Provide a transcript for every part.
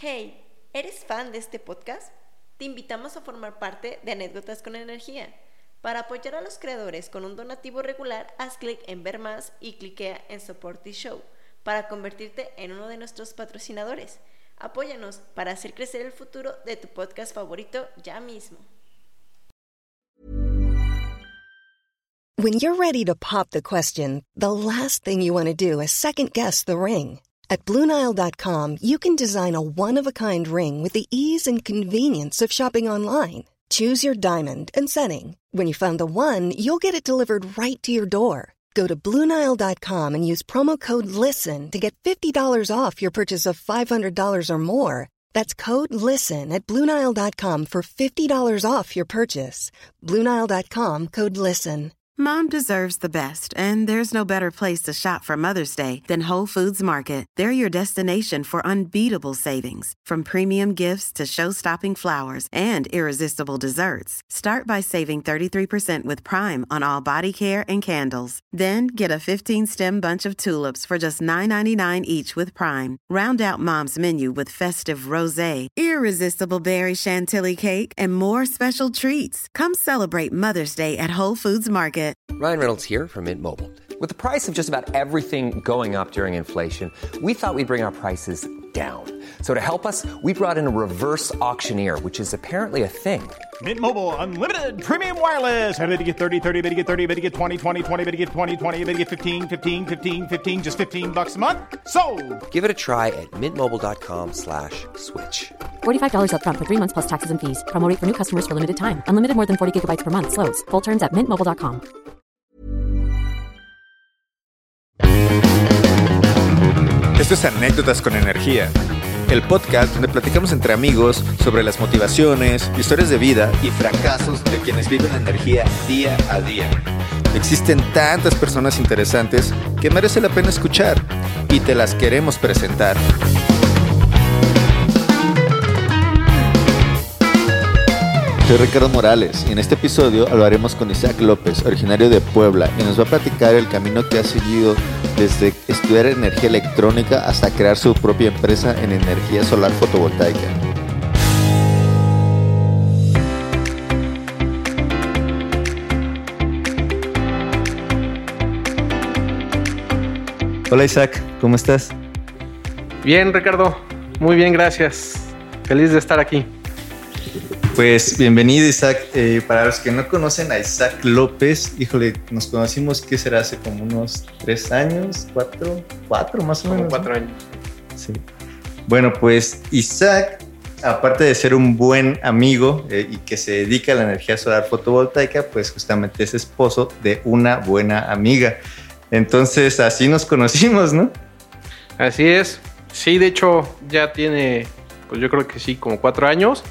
Hey, ¿eres fan de este podcast? Te invitamos a formar parte de Anécdotas con Energía. Para apoyar a los creadores con un donativo regular, haz clic en Ver Más y cliquea en Support This Show para convertirte en uno de nuestros patrocinadores. Apóyanos para hacer crecer el futuro de tu podcast favorito ya mismo. When you're ready to pop the question, the last thing you want to do is second-guess the ring. At BlueNile.com, you can design a one-of-a-kind ring with the ease and convenience of shopping online. Choose your diamond and setting. When you find the one, you'll get it delivered right to your door. Go to BlueNile.com and use promo code LISTEN to get $50 off your purchase of $500 or more. That's code LISTEN at BlueNile.com for $50 off your purchase. BlueNile.com, code LISTEN. Mom deserves the best, and there's no better place to shop for Mother's Day than Whole Foods Market. They're your destination for unbeatable savings, from premium gifts to show-stopping flowers and irresistible desserts. Start by saving 33% with Prime on all body care and candles. Then get a 15-stem bunch of tulips for just $9.99 each with Prime. Round out Mom's menu with festive rosé, irresistible berry chantilly cake, and more special treats. Come celebrate Mother's Day at Whole Foods Market. Ryan Reynolds here from Mint Mobile. With the price of just about everything going up during inflation, we thought we'd bring our prices down. So to help us, we brought in a reverse auctioneer, which is apparently a thing. Mint Mobile Unlimited Premium Wireless. How to get 30, 30, bit to get 30, bit to get 20, 20, 20, bit to get 20, 20, bit to get 15, 15, 15, 15, just $15 a month? Sold! Give it a try at mintmobile.com/switch. $45 up front for 3 months plus taxes and fees. Promo rate for new customers for limited time. Unlimited more than 40 gigabytes per month. Slows full terms at mintmobile.com. Esto es Anécdotas con Energía, el podcast donde platicamos entre amigos sobre las motivaciones, historias de vida y fracasos de quienes viven la energía día a día. Existen tantas personas interesantes que merece la pena escuchar y te las queremos presentar. Soy Ricardo Morales y en este episodio hablaremos con Isaac López, originario de Puebla, y nos va a platicar el camino que ha seguido desde estudiar energía electrónica hasta crear su propia empresa en energía solar fotovoltaica. Hola Isaac, ¿cómo estás? Bien, Ricardo, muy bien, gracias. Feliz de estar aquí. Pues bienvenido Isaac. Para los que no conocen a Isaac López, híjole, nos conocimos, ¿qué será? Hace como unos 3 años, 4 más o menos. Como 4 años. Sí. Bueno, pues Isaac, aparte de ser un buen amigo y que se dedica a la energía solar fotovoltaica, pues justamente es esposo de una buena amiga. Entonces así nos conocimos, ¿no? Así es. Sí, de hecho ya tiene, pues yo creo que sí, como 4 años.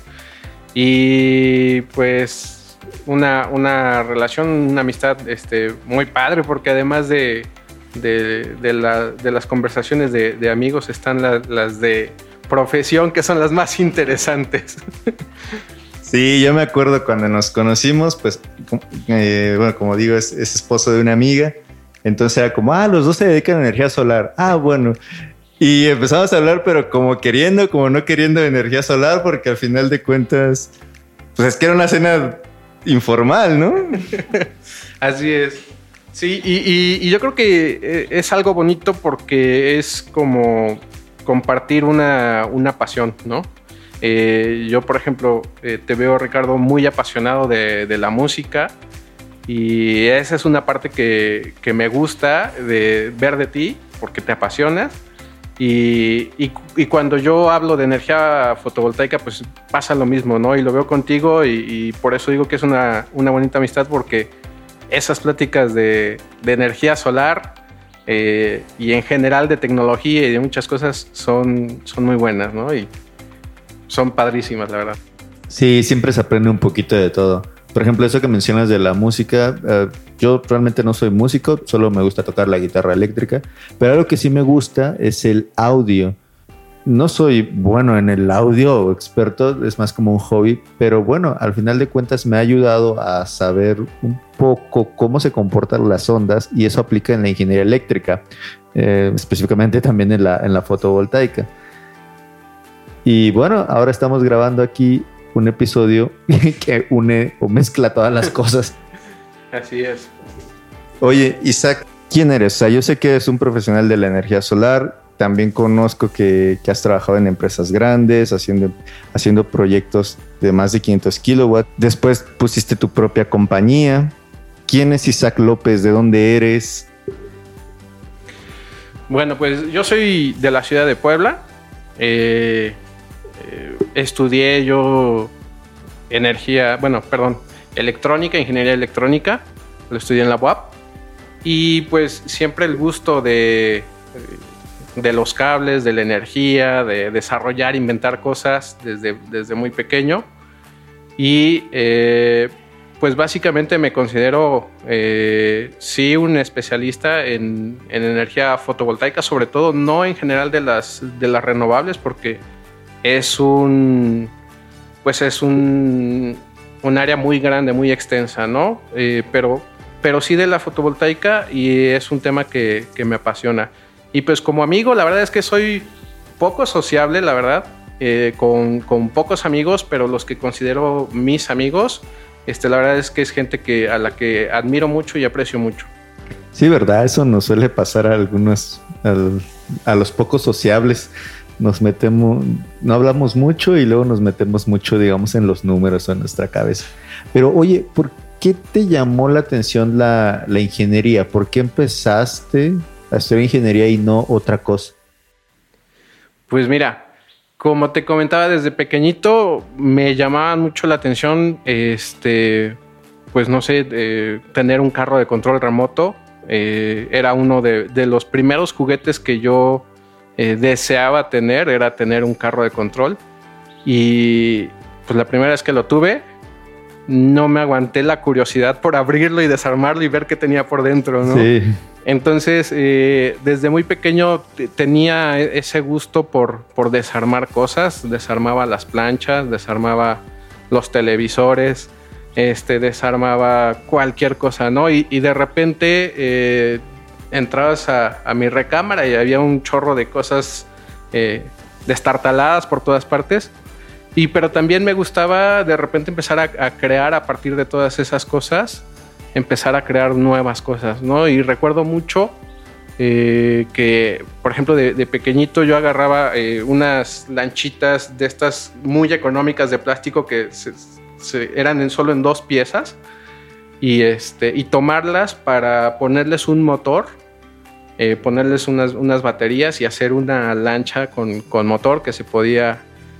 Y pues una relación, una amistad muy padre, porque además de las conversaciones de amigos están las de profesión, que son las más interesantes. Sí, yo me acuerdo cuando nos conocimos, pues bueno, como digo, es esposo de una amiga, entonces era como, los dos se dedican a energía solar, bueno. Y empezamos a hablar, pero como queriendo, como no queriendo de energía solar, porque al final de cuentas, pues es que era una cena informal, ¿no? Así es. Sí, y yo creo que es algo bonito porque es como compartir una pasión, ¿no? Yo, por ejemplo, te veo, Ricardo, muy apasionado de la música, y esa es una parte que me gusta de ver de ti, porque te apasionas. Y cuando yo hablo de energía fotovoltaica, pues pasa lo mismo, ¿no? Y lo veo contigo y por eso digo que es una bonita amistad, porque esas pláticas de energía solar y en general de tecnología y de muchas cosas son muy buenas, ¿no? Y son padrísimas, la verdad. Sí, siempre se aprende un poquito de todo. Por ejemplo, eso que mencionas de la música, yo realmente no soy músico, solo me gusta tocar la guitarra eléctrica, pero algo que sí me gusta es el audio. No soy bueno en el audio o experto, es más como un hobby, pero bueno, al final de cuentas me ha ayudado a saber un poco cómo se comportan las ondas, y eso aplica en la ingeniería eléctrica, específicamente también en la fotovoltaica. Y bueno, ahora estamos grabando aquí un episodio que une o mezcla todas las cosas. Así es. Oye, Isaac, ¿quién eres? O sea, yo sé que eres un profesional de la energía solar. También conozco que has trabajado en empresas grandes, haciendo proyectos de más de 500 kilowatts. Después pusiste tu propia compañía. ¿Quién es Isaac López? ¿De dónde eres? Bueno, pues yo soy de la ciudad de Puebla. Estudié yo electrónica, ingeniería electrónica. Lo estudié en la UAP. Y pues siempre el gusto de los cables, de la energía, de desarrollar, inventar cosas desde muy pequeño. Y pues básicamente me considero sí un especialista en energía fotovoltaica, sobre todo no en general de las renovables, porque es un área muy grande, muy extensa, ¿no? Pero sí de la fotovoltaica, y es un tema que me apasiona. Y pues como amigo, la verdad es que soy poco sociable, la verdad, con pocos amigos, pero los que considero mis amigos, la verdad es que es gente a la que admiro mucho y aprecio mucho. Sí, verdad, eso nos suele pasar a a los pocos sociables. Nos metemos, no hablamos mucho y luego nos metemos mucho, digamos, en los números o en nuestra cabeza. Pero oye, ¿por qué te llamó la atención la ingeniería? ¿Por qué empezaste a estudiar ingeniería y no otra cosa? Pues mira, como te comentaba, desde pequeñito me llamaba mucho la atención, pues no sé, tener un carro de control remoto. Era uno de los primeros juguetes que yo deseaba tener, era tener un carro de control. Y pues la primera vez que lo tuve, no me aguanté la curiosidad por abrirlo y desarmarlo y ver qué tenía por dentro, ¿no? Sí. Entonces, desde muy pequeño tenía ese gusto por desarmar cosas. Desarmaba las planchas, desarmaba los televisores, desarmaba cualquier cosa, ¿no? Y de repente entrabas a mi recámara y había un chorro de cosas destartaladas por todas partes. Pero también me gustaba de repente empezar a crear a partir de todas esas cosas, empezar a crear nuevas cosas, ¿no? Y recuerdo mucho que, por ejemplo, de pequeñito yo agarraba unas lanchitas de estas muy económicas de plástico que eran solo en 2 piezas y tomarlas para ponerles un motor, ponerles unas baterías y hacer una lancha con motor que se podía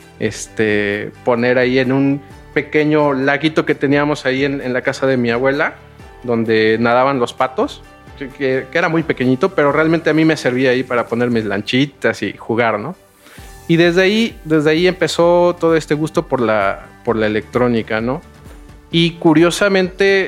poner ahí en un pequeño laguito que teníamos ahí en la casa de mi abuela, donde nadaban los patos, que era muy pequeñito, pero realmente a mí me servía ahí para poner mis lanchitas y jugar, ¿no? Y desde ahí empezó todo este gusto por la electrónica, ¿no? Y curiosamente,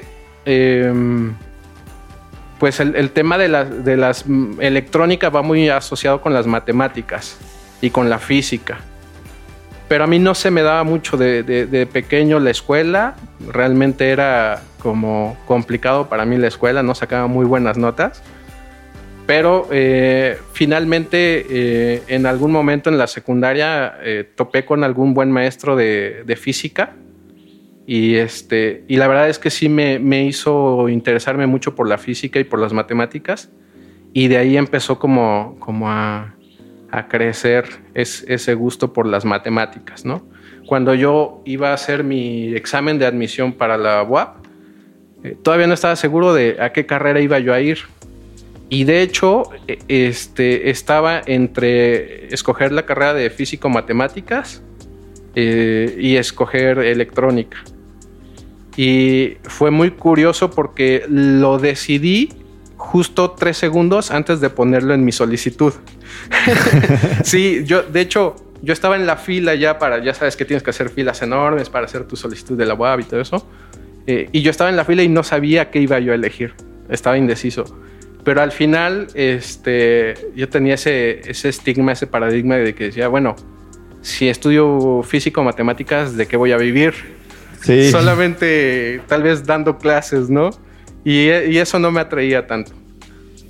pues el tema de las electrónica va muy asociado con las matemáticas y con la física. Pero a mí no se me daba mucho de pequeño la escuela. Realmente era como complicado para mí la escuela, no sacaba muy buenas notas. Pero finalmente en algún momento en la secundaria topé con algún buen maestro de física. Y la verdad es que sí me hizo interesarme mucho por la física y por las matemáticas. Y de ahí empezó como a crecer ese gusto por las matemáticas, ¿no? Cuando yo iba a hacer mi examen de admisión para la UAP, todavía no estaba seguro de a qué carrera iba yo a ir. Y de hecho, estaba entre escoger la carrera de físico-matemáticas y escoger electrónica. Y fue muy curioso porque lo decidí justo 3 segundos antes de ponerlo en mi solicitud. Sí, de hecho, yo estaba en la fila ya sabes que tienes que hacer filas enormes para hacer tu solicitud de la UAB y todo eso. Y yo estaba en la fila y no sabía qué iba yo a elegir. Estaba indeciso. Pero al final, yo tenía ese estigma, ese paradigma de que decía, bueno, si estudio físico o matemáticas, ¿de qué voy a vivir? Sí. Solamente tal vez dando clases, ¿no? Y eso no me atraía tanto.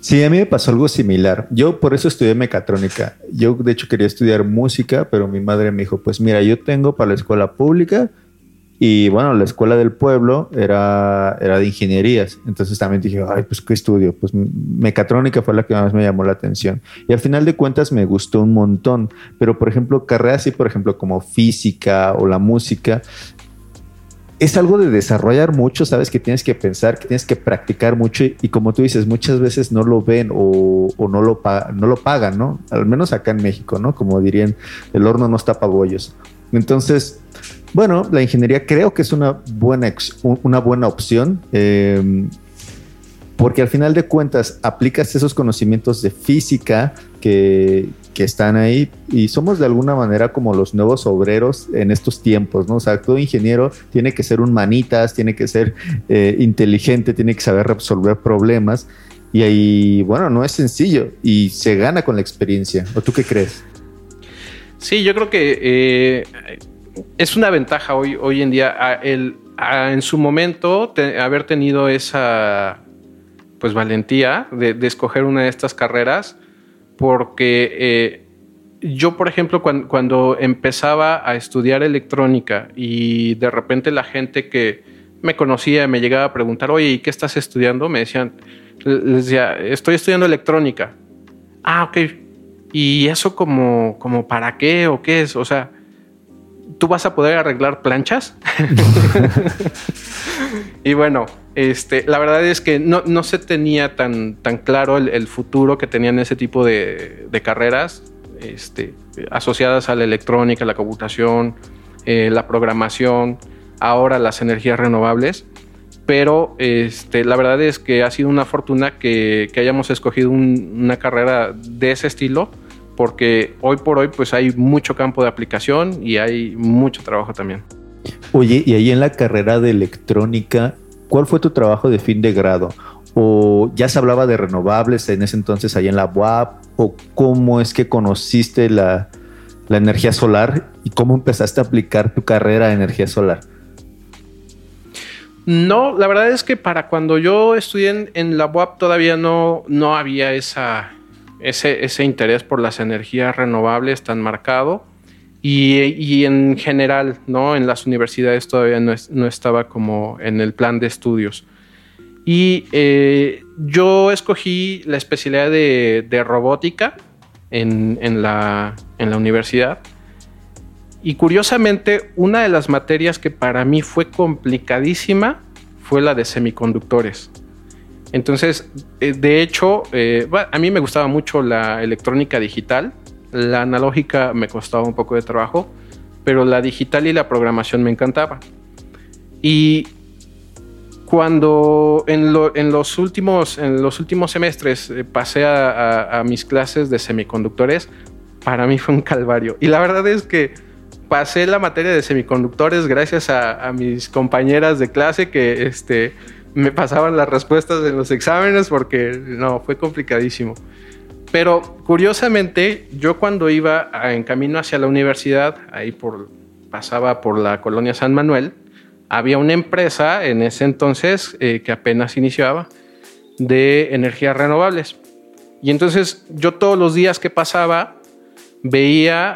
Sí, a mí me pasó algo similar. Yo por eso estudié mecatrónica. Yo de hecho quería estudiar música, pero mi madre me dijo, pues mira, yo tengo para la escuela pública y bueno, la escuela del pueblo era de ingenierías. Entonces también dije, ay, pues ¿qué estudio? Pues mecatrónica fue la que más me llamó la atención. Y al final de cuentas me gustó un montón. Pero por ejemplo, carreras así, por ejemplo, como física o la música, es algo de desarrollar mucho, sabes que tienes que pensar, que tienes que practicar mucho y como tú dices, muchas veces no lo ven o no lo pagan, ¿no? Al menos acá en México, ¿no? Como dirían, el horno no tapa bollos. Entonces, bueno, la ingeniería creo que es una buena opción porque al final de cuentas aplicas esos conocimientos de física que están ahí y somos de alguna manera como los nuevos obreros en estos tiempos, ¿no? O sea, todo ingeniero tiene que ser un manitas, tiene que ser inteligente, tiene que saber resolver problemas y ahí, bueno, no es sencillo y se gana con la experiencia. ¿O tú qué crees? Sí, yo creo que es una ventaja hoy en día en su momento haber tenido esa pues valentía de escoger una de estas carreras. Porque yo, por ejemplo, cuando empezaba a estudiar electrónica y de repente la gente que me conocía me llegaba a preguntar, oye, ¿y qué estás estudiando? Les decía, estoy estudiando electrónica. Ah, ok. ¿Y eso como para qué o qué es? O sea, ¿tú vas a poder arreglar planchas? Y bueno, la verdad es que no se tenía tan claro el futuro que tenían ese tipo de carreras asociadas a la electrónica, la computación, la programación, ahora las energías renovables. Pero la verdad es que ha sido una fortuna que hayamos escogido una carrera de ese estilo, porque hoy por hoy pues hay mucho campo de aplicación y hay mucho trabajo también. Oye, y ahí en la carrera de electrónica, ¿cuál fue tu trabajo de fin de grado? ¿O ya se hablaba de renovables en ese entonces ahí en la UAP? ¿O cómo es que conociste la energía solar y cómo empezaste a aplicar tu carrera de energía solar? No, la verdad es que para cuando yo estudié en la UAP todavía no había ese interés por las energías renovables tan marcado. Y en general, ¿no? En las universidades todavía no estaba como en el plan de estudios. Y yo escogí la especialidad de robótica en la universidad. Y curiosamente, una de las materias que para mí fue complicadísima fue la de semiconductores. Entonces, de hecho, a mí me gustaba mucho la electrónica digital. La analógica me costaba un poco de trabajo, pero la digital y la programación me encantaba. Y cuando en los últimos semestres pasé a mis clases de semiconductores, para mí fue un calvario. Y la verdad es que pasé la materia de semiconductores gracias a mis compañeras de clase que me pasaban las respuestas de los exámenes porque no, fue complicadísimo. Pero curiosamente, yo cuando iba en camino hacia la universidad, pasaba por la colonia San Manuel, había una empresa en ese entonces que apenas iniciaba de energías renovables. Y entonces yo todos los días que pasaba veía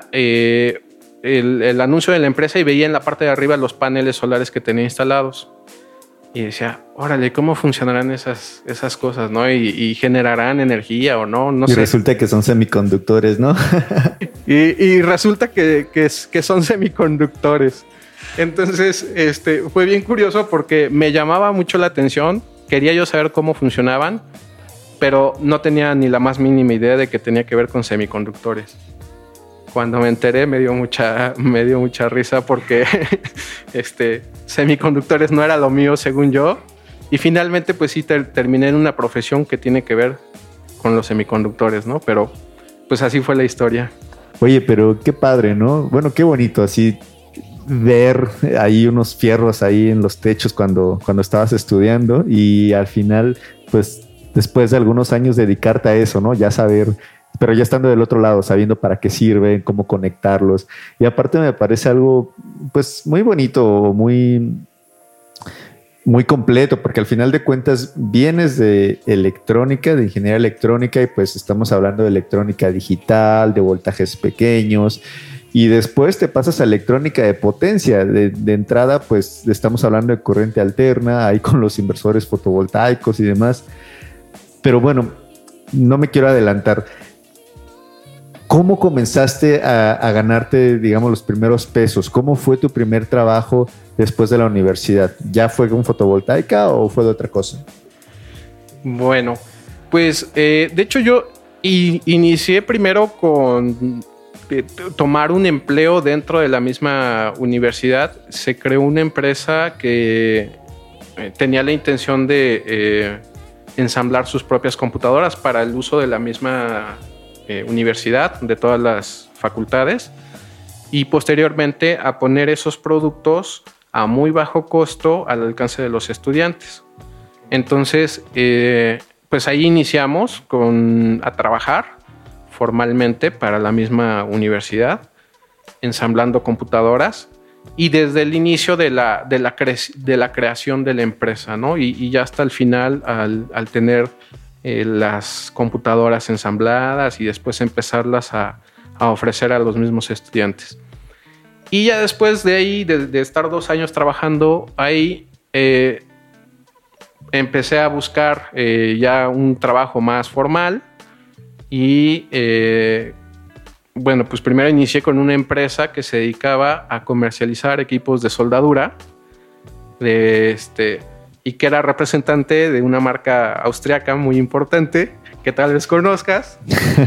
el anuncio de la empresa y veía en la parte de arriba los paneles solares que tenía instalados. Y decía, órale, ¿cómo funcionarán esas cosas, no? ¿Y generarán energía o no? No sé. Y resulta que son semiconductores, ¿no? y resulta que son semiconductores. Entonces, fue bien curioso porque me llamaba mucho la atención. Quería yo saber cómo funcionaban, pero no tenía ni la más mínima idea de que tenía que ver con semiconductores. Cuando me enteré me dio mucha risa porque semiconductores no era lo mío según yo, y finalmente pues sí terminé en una profesión que tiene que ver con los semiconductores, ¿no? Pero pues así fue la historia. Oye, pero qué padre, ¿no? Bueno, qué bonito así ver ahí unos fierros ahí en los techos cuando estabas estudiando y al final pues después de algunos años dedicarte a eso, ¿no? Ya saber, pero ya estando del otro lado, sabiendo para qué sirven, cómo conectarlos. Y aparte me parece algo, pues, muy bonito, muy... muy completo, porque al final de cuentas vienes de electrónica, de ingeniería electrónica, y pues estamos hablando de electrónica digital, de voltajes pequeños, y después te pasas a electrónica de potencia. De entrada, pues estamos hablando de corriente alterna, ahí con los inversores fotovoltaicos y demás. Pero bueno, no me quiero adelantar. ¿Cómo comenzaste a ganarte, digamos, los primeros pesos? ¿Cómo fue tu primer trabajo después de la universidad? ¿Ya fue con fotovoltaica o fue de otra cosa? Bueno, pues de hecho yo inicié primero con tomar un empleo dentro de la misma universidad. Se creó una empresa que tenía la intención de ensamblar sus propias computadoras para el uso de la misma universidad, de todas las facultades, y posteriormente a poner esos productos a muy bajo costo al alcance de los estudiantes. Entonces, pues ahí iniciamos a trabajar formalmente para la misma universidad, ensamblando computadoras, y desde el inicio de la creación de la empresa, ¿no? Y ya hasta el final, al tener las computadoras ensambladas y después empezarlas a ofrecer a los mismos estudiantes. Y ya después de ahí, de estar 2 años trabajando ahí, empecé a buscar ya un trabajo más formal y bueno, pues primero inicié con una empresa que se dedicaba a comercializar equipos de soldadura y que era representante de una marca austriaca muy importante que tal vez conozcas.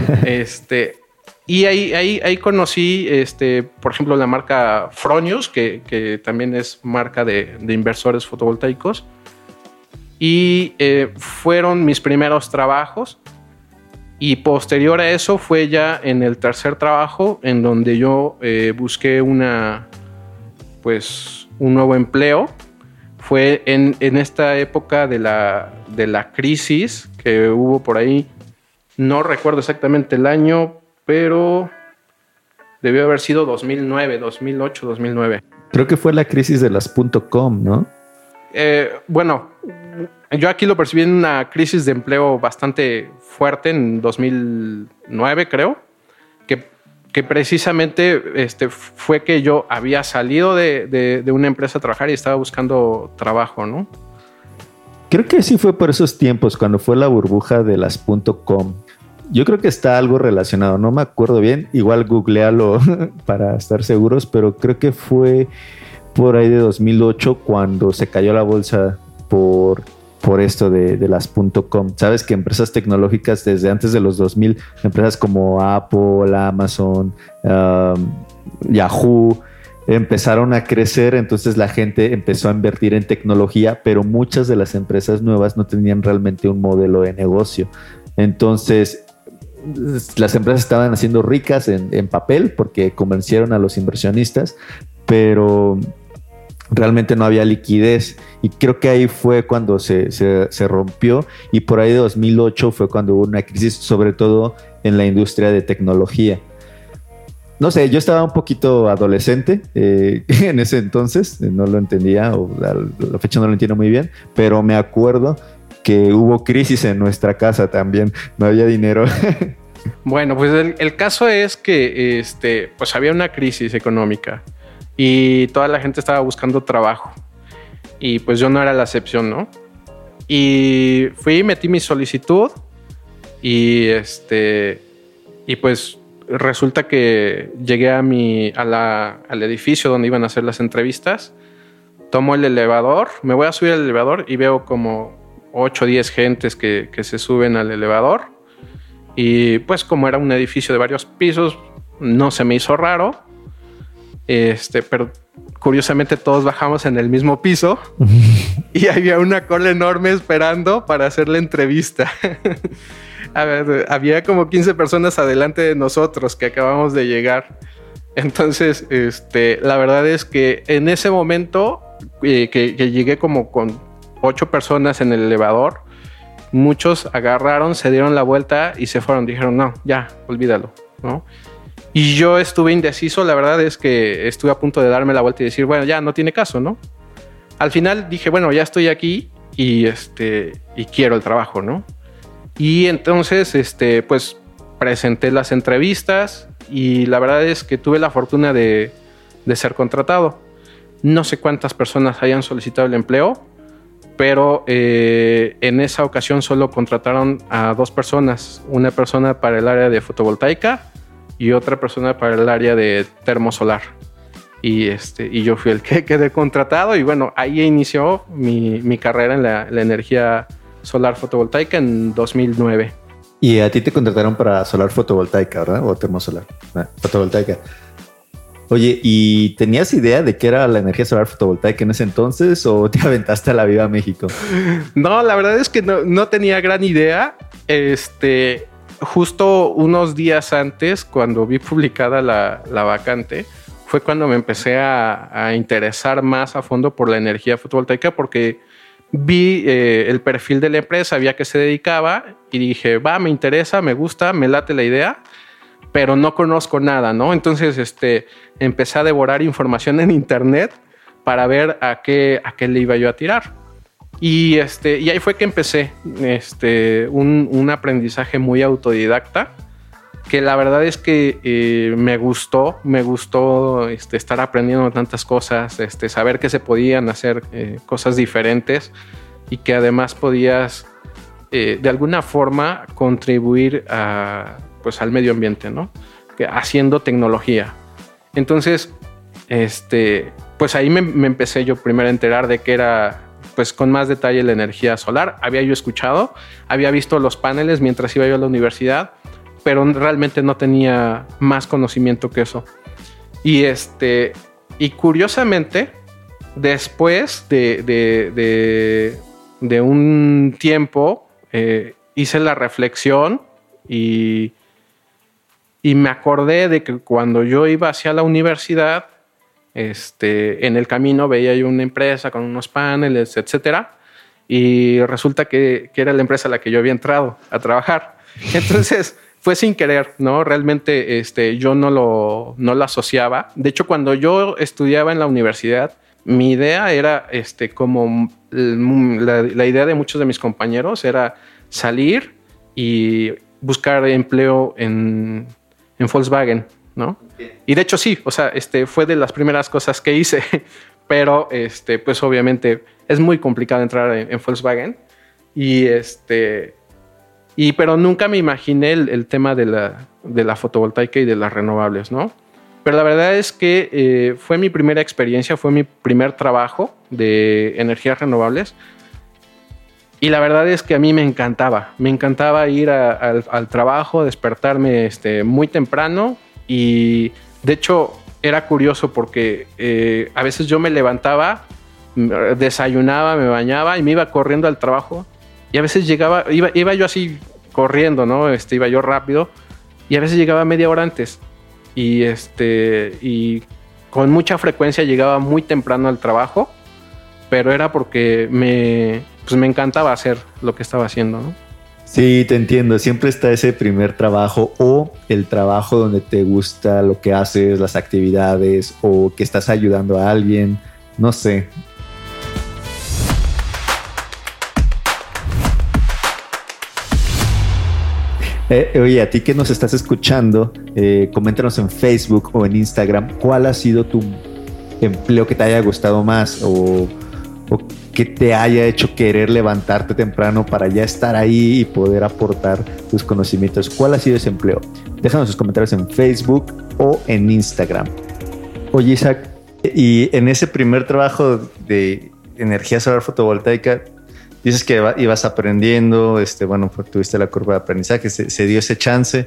Y ahí conocí, por ejemplo, la marca Fronius, que también es marca de inversores fotovoltaicos. Y fueron mis primeros trabajos. Y posterior a eso fue ya en el tercer trabajo en donde yo busqué un nuevo empleo. Fue en esta época de la crisis que hubo por ahí. No recuerdo exactamente el año, pero debió haber sido 2009, 2008, 2009. Creo que fue la crisis de las .com, ¿no? Bueno, yo aquí lo percibí en una crisis de empleo bastante fuerte en 2009, creo, que precisamente fue que yo había salido de una empresa a trabajar y estaba buscando trabajo, ¿no? Creo que sí fue por esos tiempos, cuando fue la burbuja de las .com. Yo creo que está algo relacionado, no me acuerdo bien, igual googlealo para estar seguros, pero creo que fue por ahí de 2008 cuando se cayó la bolsa por esto de las .com. Sabes que empresas tecnológicas desde antes de los 2000, empresas como Apple, Amazon, Yahoo, empezaron a crecer, entonces la gente empezó a invertir en tecnología, pero muchas de las empresas nuevas no tenían realmente un modelo de negocio. Entonces, las empresas estaban haciendo ricas en papel porque convencieron a los inversionistas, pero realmente no había liquidez, y creo que ahí fue cuando se rompió, y por ahí de 2008 fue cuando hubo una crisis, sobre todo en la industria de tecnología. No sé, yo estaba un poquito adolescente en ese entonces, no lo entendía, o a la fecha no lo entiendo muy bien, pero me acuerdo que hubo crisis en nuestra casa también, no había dinero. Bueno, pues el caso es que pues había una crisis económica y toda la gente estaba buscando trabajo, y pues yo no era la excepción, ¿no? Y metí mi solicitud y pues resulta que llegué al edificio donde iban a hacer las entrevistas, tomo el elevador, me voy a subir al elevador y veo como 8 o 10 gentes que se suben al elevador, y pues como era un edificio de varios pisos, no se me hizo raro, pero curiosamente todos bajamos en el mismo piso y había una cola enorme esperando para hacer la entrevista. A ver, había como 15 personas adelante de nosotros que acabamos de llegar. Entonces, la verdad es que en ese momento que llegué como con 8 personas en el elevador, muchos agarraron, se dieron la vuelta y se fueron. Dijeron, no, ya, olvídalo, ¿no? Y yo estuve indeciso. La verdad es que estuve a punto de darme la vuelta y decir, bueno, ya no tiene caso, ¿no? al final dije, bueno, ya estoy aquí y quiero el trabajo, ¿no? Y entonces, pues presenté las entrevistas y la verdad es que tuve la fortuna de ser contratado. No sé cuántas personas hayan solicitado el empleo, pero en esa ocasión solo contrataron a 2 personas. Una persona para el área de fotovoltaica y otra persona para el área de termosolar. Y yo fui el que quedé contratado y bueno, ahí inició mi carrera en la energía solar fotovoltaica en 2009. Y a ti te contrataron para solar fotovoltaica, ¿verdad? O termosolar. Fotovoltaica. Oye, ¿y tenías idea de qué era la energía solar fotovoltaica en ese entonces o te aventaste a la Viva México? No, la verdad es que no tenía gran idea. Justo unos días antes, cuando vi publicada la vacante, fue cuando me empecé a interesar más a fondo por la energía fotovoltaica, porque vi el perfil de la empresa, vi a qué se dedicaba y dije, me interesa, me gusta, me late la idea, pero no conozco nada, ¿no? Entonces empecé a devorar información en internet para ver a qué le iba yo a tirar. Y ahí fue que empecé un aprendizaje muy autodidacta, que la verdad es que me gustó estar aprendiendo tantas cosas, saber que se podían hacer cosas diferentes y que además podías de alguna forma contribuir al medio ambiente, ¿no? Haciendo tecnología. Entonces, pues ahí me empecé yo primero a enterar de qué era, pues con más detalle, la energía solar. Había yo escuchado, había visto los paneles mientras iba yo a la universidad, pero realmente no tenía más conocimiento que eso. Y curiosamente, después de un tiempo, hice la reflexión y me acordé de que cuando yo iba hacia la universidad, en el camino veía yo una empresa con unos paneles, etcétera, y resulta que era la empresa a la que yo había entrado a trabajar. Entonces fue sin querer, ¿no? Realmente yo no lo asociaba. De hecho, cuando yo estudiaba en la universidad, mi idea era como la idea de muchos de mis compañeros era salir y buscar empleo en Volkswagen, ¿no? Okay. Y de hecho sí, o sea, fue de las primeras cosas que hice, pero pues obviamente es muy complicado entrar en Volkswagen pero nunca me imaginé el tema de la fotovoltaica y de las renovables, ¿no? Pero la verdad es que fue mi primera experiencia, fue mi primer trabajo de energías renovables. Y la verdad es que a mí me encantaba ir al trabajo, despertarme muy temprano. Y de hecho era curioso porque a veces yo me levantaba, desayunaba, me bañaba y me iba corriendo al trabajo. Y a veces iba yo así corriendo, ¿no? Iba yo rápido y a veces llegaba media hora antes. Y con mucha frecuencia llegaba muy temprano al trabajo, pero era porque me encantaba hacer lo que estaba haciendo, ¿no? Sí, te entiendo. Siempre está ese primer trabajo o el trabajo donde te gusta lo que haces, las actividades o que estás ayudando a alguien. No sé. Oye, a ti que nos estás escuchando, coméntanos en Facebook o en Instagram cuál ha sido tu empleo que te haya gustado más o que te haya hecho querer levantarte temprano para ya estar ahí y poder aportar tus conocimientos. ¿Cuál ha sido ese empleo? Déjanos sus comentarios en Facebook o en Instagram. Oye, Isaac, y en ese primer trabajo de energía solar fotovoltaica, dices que ibas aprendiendo, tuviste la curva de aprendizaje, se dio ese chance.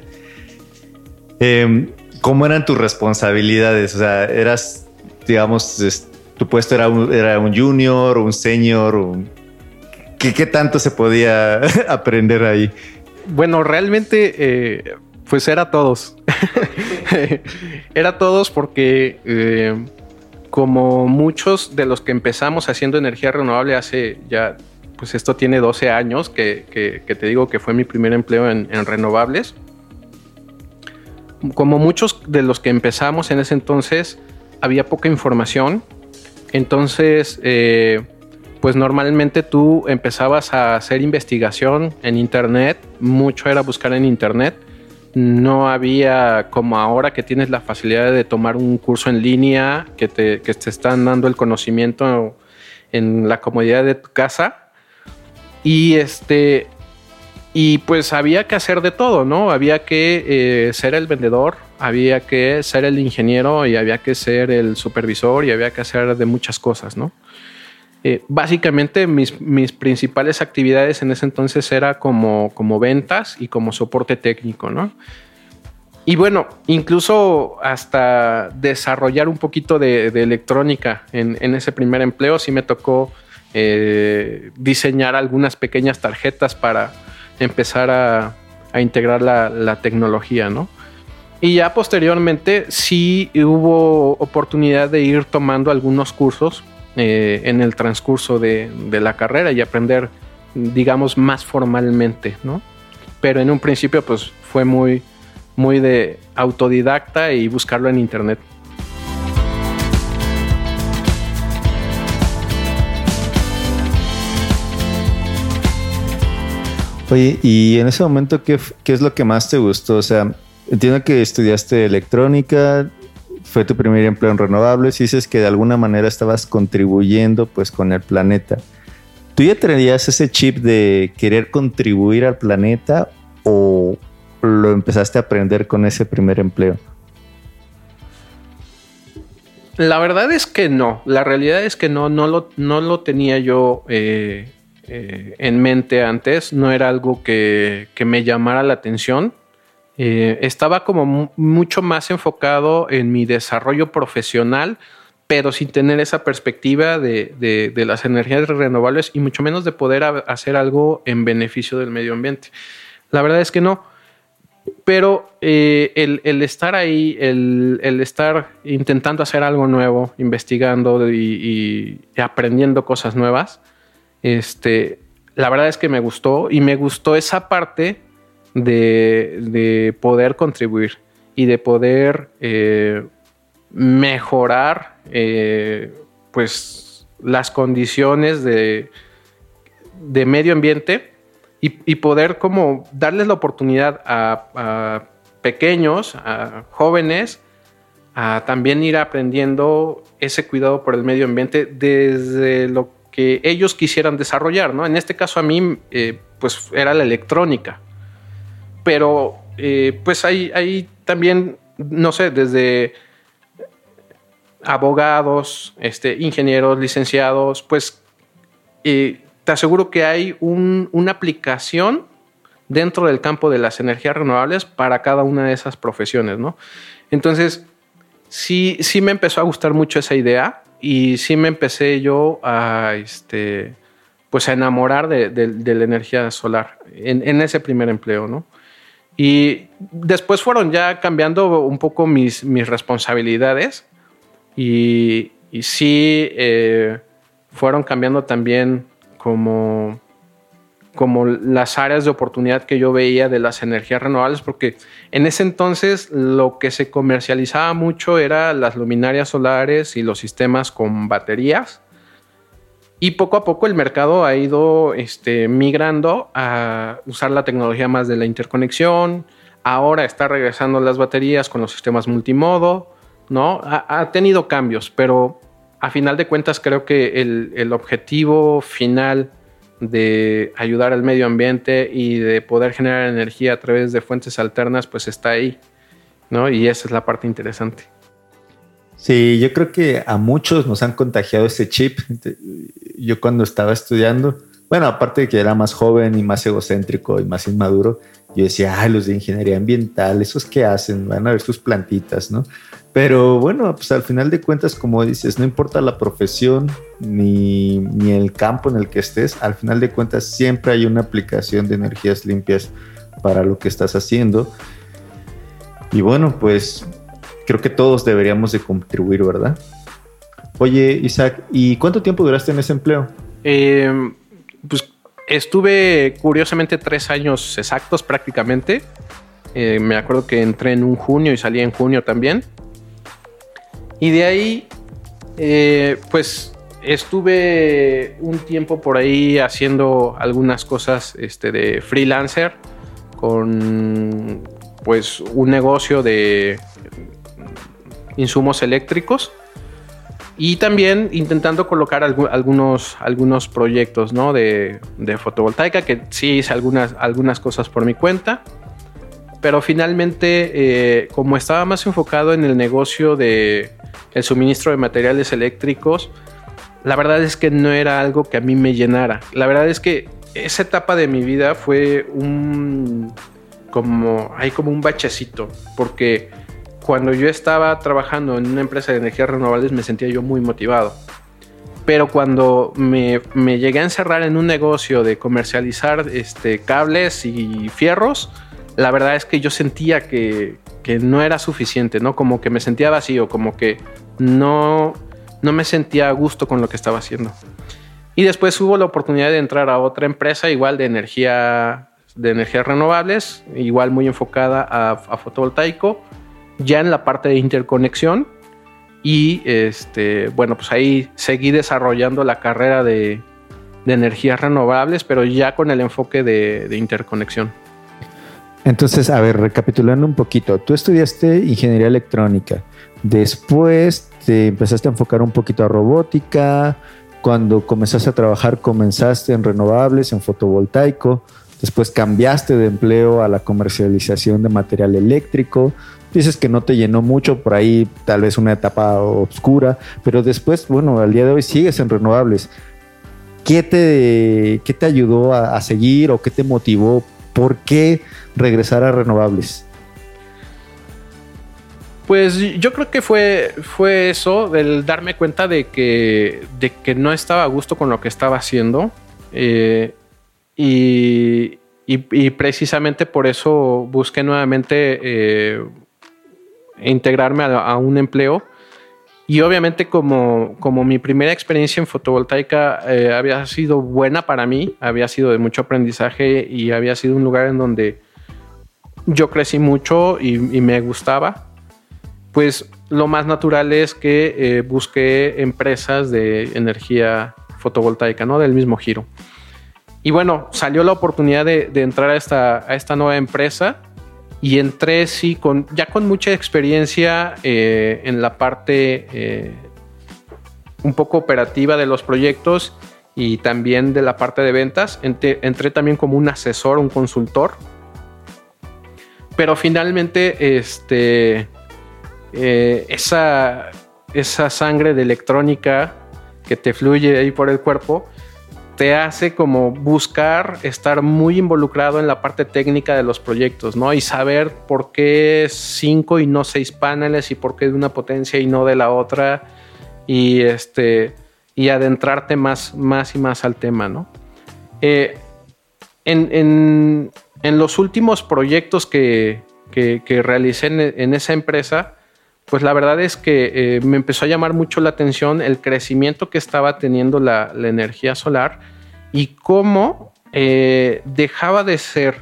¿Cómo eran tus responsabilidades? O sea, eras, digamos, tu puesto era un junior, un senior, ¿qué tanto se podía aprender ahí? Bueno, realmente, pues era todos. Era todos porque como muchos de los que empezamos haciendo energía renovable hace ya, pues esto tiene 12 años que te digo que fue mi primer empleo en renovables. Como muchos de los que empezamos en ese entonces, había poca información. Entonces, pues normalmente tú empezabas a hacer investigación en internet, mucho era buscar en internet. No había como ahora que tienes la facilidad de tomar un curso en línea, que te están dando el conocimiento en la comodidad de tu casa. Y pues había que hacer de todo, ¿no? Había que ser el vendedor, había que ser el ingeniero y había que ser el supervisor y había que hacer de muchas cosas, ¿no? Básicamente mis principales actividades en ese entonces era como ventas y como soporte técnico, ¿no? Y bueno, incluso hasta desarrollar un poquito de electrónica en ese primer empleo. Sí me tocó diseñar algunas pequeñas tarjetas para empezar a integrar la tecnología, ¿no? Y ya posteriormente sí hubo oportunidad de ir tomando algunos cursos en el transcurso de la carrera y aprender, digamos, más formalmente, ¿no? Pero en un principio pues fue muy de autodidacta y buscarlo en internet. Oye, y en ese momento, ¿qué es lo que más te gustó? O sea, entiendo que estudiaste electrónica, fue tu primer empleo en renovables y dices que de alguna manera estabas contribuyendo pues con el planeta. ¿Tú ya traías ese chip de querer contribuir al planeta o lo empezaste a aprender con ese primer empleo? La verdad es que no. La realidad es que no lo tenía yo en mente antes. No era algo que me llamara la atención. Estaba como mucho más enfocado en mi desarrollo profesional, pero sin tener esa perspectiva de las energías renovables y mucho menos de poder hacer algo en beneficio del medio ambiente. La verdad es que no. Pero el estar ahí, el estar intentando hacer algo nuevo, investigando y aprendiendo cosas nuevas, la verdad es que me gustó y me gustó esa parte de poder contribuir y de poder mejorar pues las condiciones de medio ambiente y poder como darles la oportunidad a pequeños, a jóvenes, a también ir aprendiendo ese cuidado por el medio ambiente desde lo que ellos quisieran desarrollar, ¿no? En este caso a mí pues era la electrónica. Pero pues hay también, no sé, desde abogados, ingenieros, licenciados, pues te aseguro que hay una aplicación dentro del campo de las energías renovables para cada una de esas profesiones, ¿no? Entonces, sí me empezó a gustar mucho esa idea y sí me empecé yo a pues a enamorar de la energía solar en ese primer empleo, ¿no? Y después fueron ya cambiando un poco mis responsabilidades y sí fueron cambiando también como las áreas de oportunidad que yo veía de las energías renovables, porque en ese entonces lo que se comercializaba mucho era las luminarias solares y los sistemas con baterías. Y poco a poco el mercado ha ido migrando a usar la tecnología más de la interconexión. Ahora está regresando las baterías con los sistemas multimodo, ¿no? Ha tenido cambios, pero a final de cuentas creo que el objetivo final de ayudar al medio ambiente y de poder generar energía a través de fuentes alternas, pues está ahí, ¿no? Y esa es la parte interesante. Sí, yo creo que a muchos nos han contagiado ese chip. Yo cuando estaba estudiando, bueno, aparte de que era más joven y más egocéntrico y más inmaduro, yo decía, ay, los de ingeniería ambiental, ¿esos qué hacen? Van a ver sus plantitas, ¿no? Pero bueno, pues al final de cuentas, como dices, no importa la profesión ni el campo en el que estés, al final de cuentas siempre hay una aplicación de energías limpias para lo que estás haciendo. Y bueno, pues creo que todos deberíamos de contribuir, ¿verdad? Oye, Isaac, ¿y cuánto tiempo duraste en ese empleo? Pues estuve curiosamente 3 años exactos prácticamente. Me acuerdo que entré en un junio y salí en junio también. Y de ahí Pues estuve un tiempo por ahí haciendo algunas cosas de freelancer con pues un negocio de insumos eléctricos y también intentando colocar algunos proyectos, ¿no? de fotovoltaica, que sí hice algunas cosas por mi cuenta, pero finalmente como estaba más enfocado en el negocio de el suministro de materiales eléctricos, la verdad es que no era algo que a mí me llenara. La verdad es que esa etapa de mi vida fue como un bachecito, porque cuando yo estaba trabajando en una empresa de energías renovables me sentía yo muy motivado. Pero cuando me llegué a encerrar en un negocio de comercializar cables y fierros, la verdad es que yo sentía que no era suficiente, ¿no? Como que me sentía vacío, como que no me sentía a gusto con lo que estaba haciendo. Y después hubo la oportunidad de entrar a otra empresa igual de energías renovables, igual muy enfocada a fotovoltaico, ya en la parte de interconexión. Y bueno, pues ahí seguí desarrollando la carrera de energías renovables, pero ya con el enfoque de interconexión. Entonces, a ver, recapitulando un poquito, tú estudiaste ingeniería electrónica, después te empezaste a enfocar un poquito a robótica, cuando comenzaste a trabajar comenzaste en renovables, en fotovoltaico, después cambiaste de empleo a la comercialización de material eléctrico, dices que no te llenó mucho, por ahí tal vez una etapa oscura, pero después, bueno, al día de hoy sigues en renovables. ¿Qué te ayudó a seguir o qué te motivó? ¿Por qué regresar a renovables? Pues yo creo que fue eso, el darme cuenta de que no estaba a gusto con lo que estaba haciendo. Y precisamente por eso busqué nuevamente integrarme a un empleo. Y obviamente como mi primera experiencia en fotovoltaica había sido buena para mí, había sido de mucho aprendizaje y había sido un lugar en donde yo crecí mucho y me gustaba, pues lo más natural es que busqué empresas de energía fotovoltaica, ¿no? Del mismo giro. Y bueno, salió la oportunidad de entrar a esta nueva empresa y entré sí ya con mucha experiencia en la parte un poco operativa de los proyectos y también de la parte de ventas. Entré también como un asesor, un consultor. Pero finalmente esa sangre de electrónica que te fluye ahí por el cuerpo te hace como buscar estar muy involucrado en la parte técnica de los proyectos, ¿no? Y saber por qué 5 y no 6 paneles y por qué de una potencia y no de la otra y adentrarte más y más al tema, ¿no? En los últimos proyectos que realicé en esa empresa, pues la verdad es que me empezó a llamar mucho la atención el crecimiento que estaba teniendo la energía solar y cómo dejaba de ser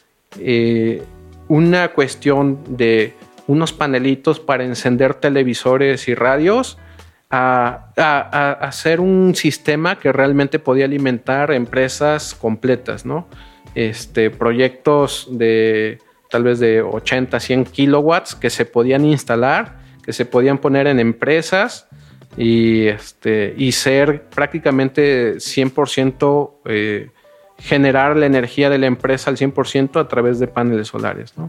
una cuestión de unos panelitos para encender televisores y radios a ser un sistema que realmente podía alimentar empresas completas, ¿no? Proyectos de tal vez de 80, 100 kilowatts que se podían instalar, que se podían poner en empresas y ser prácticamente 100% generar la energía de la empresa al 100% a través de paneles solares, ¿no?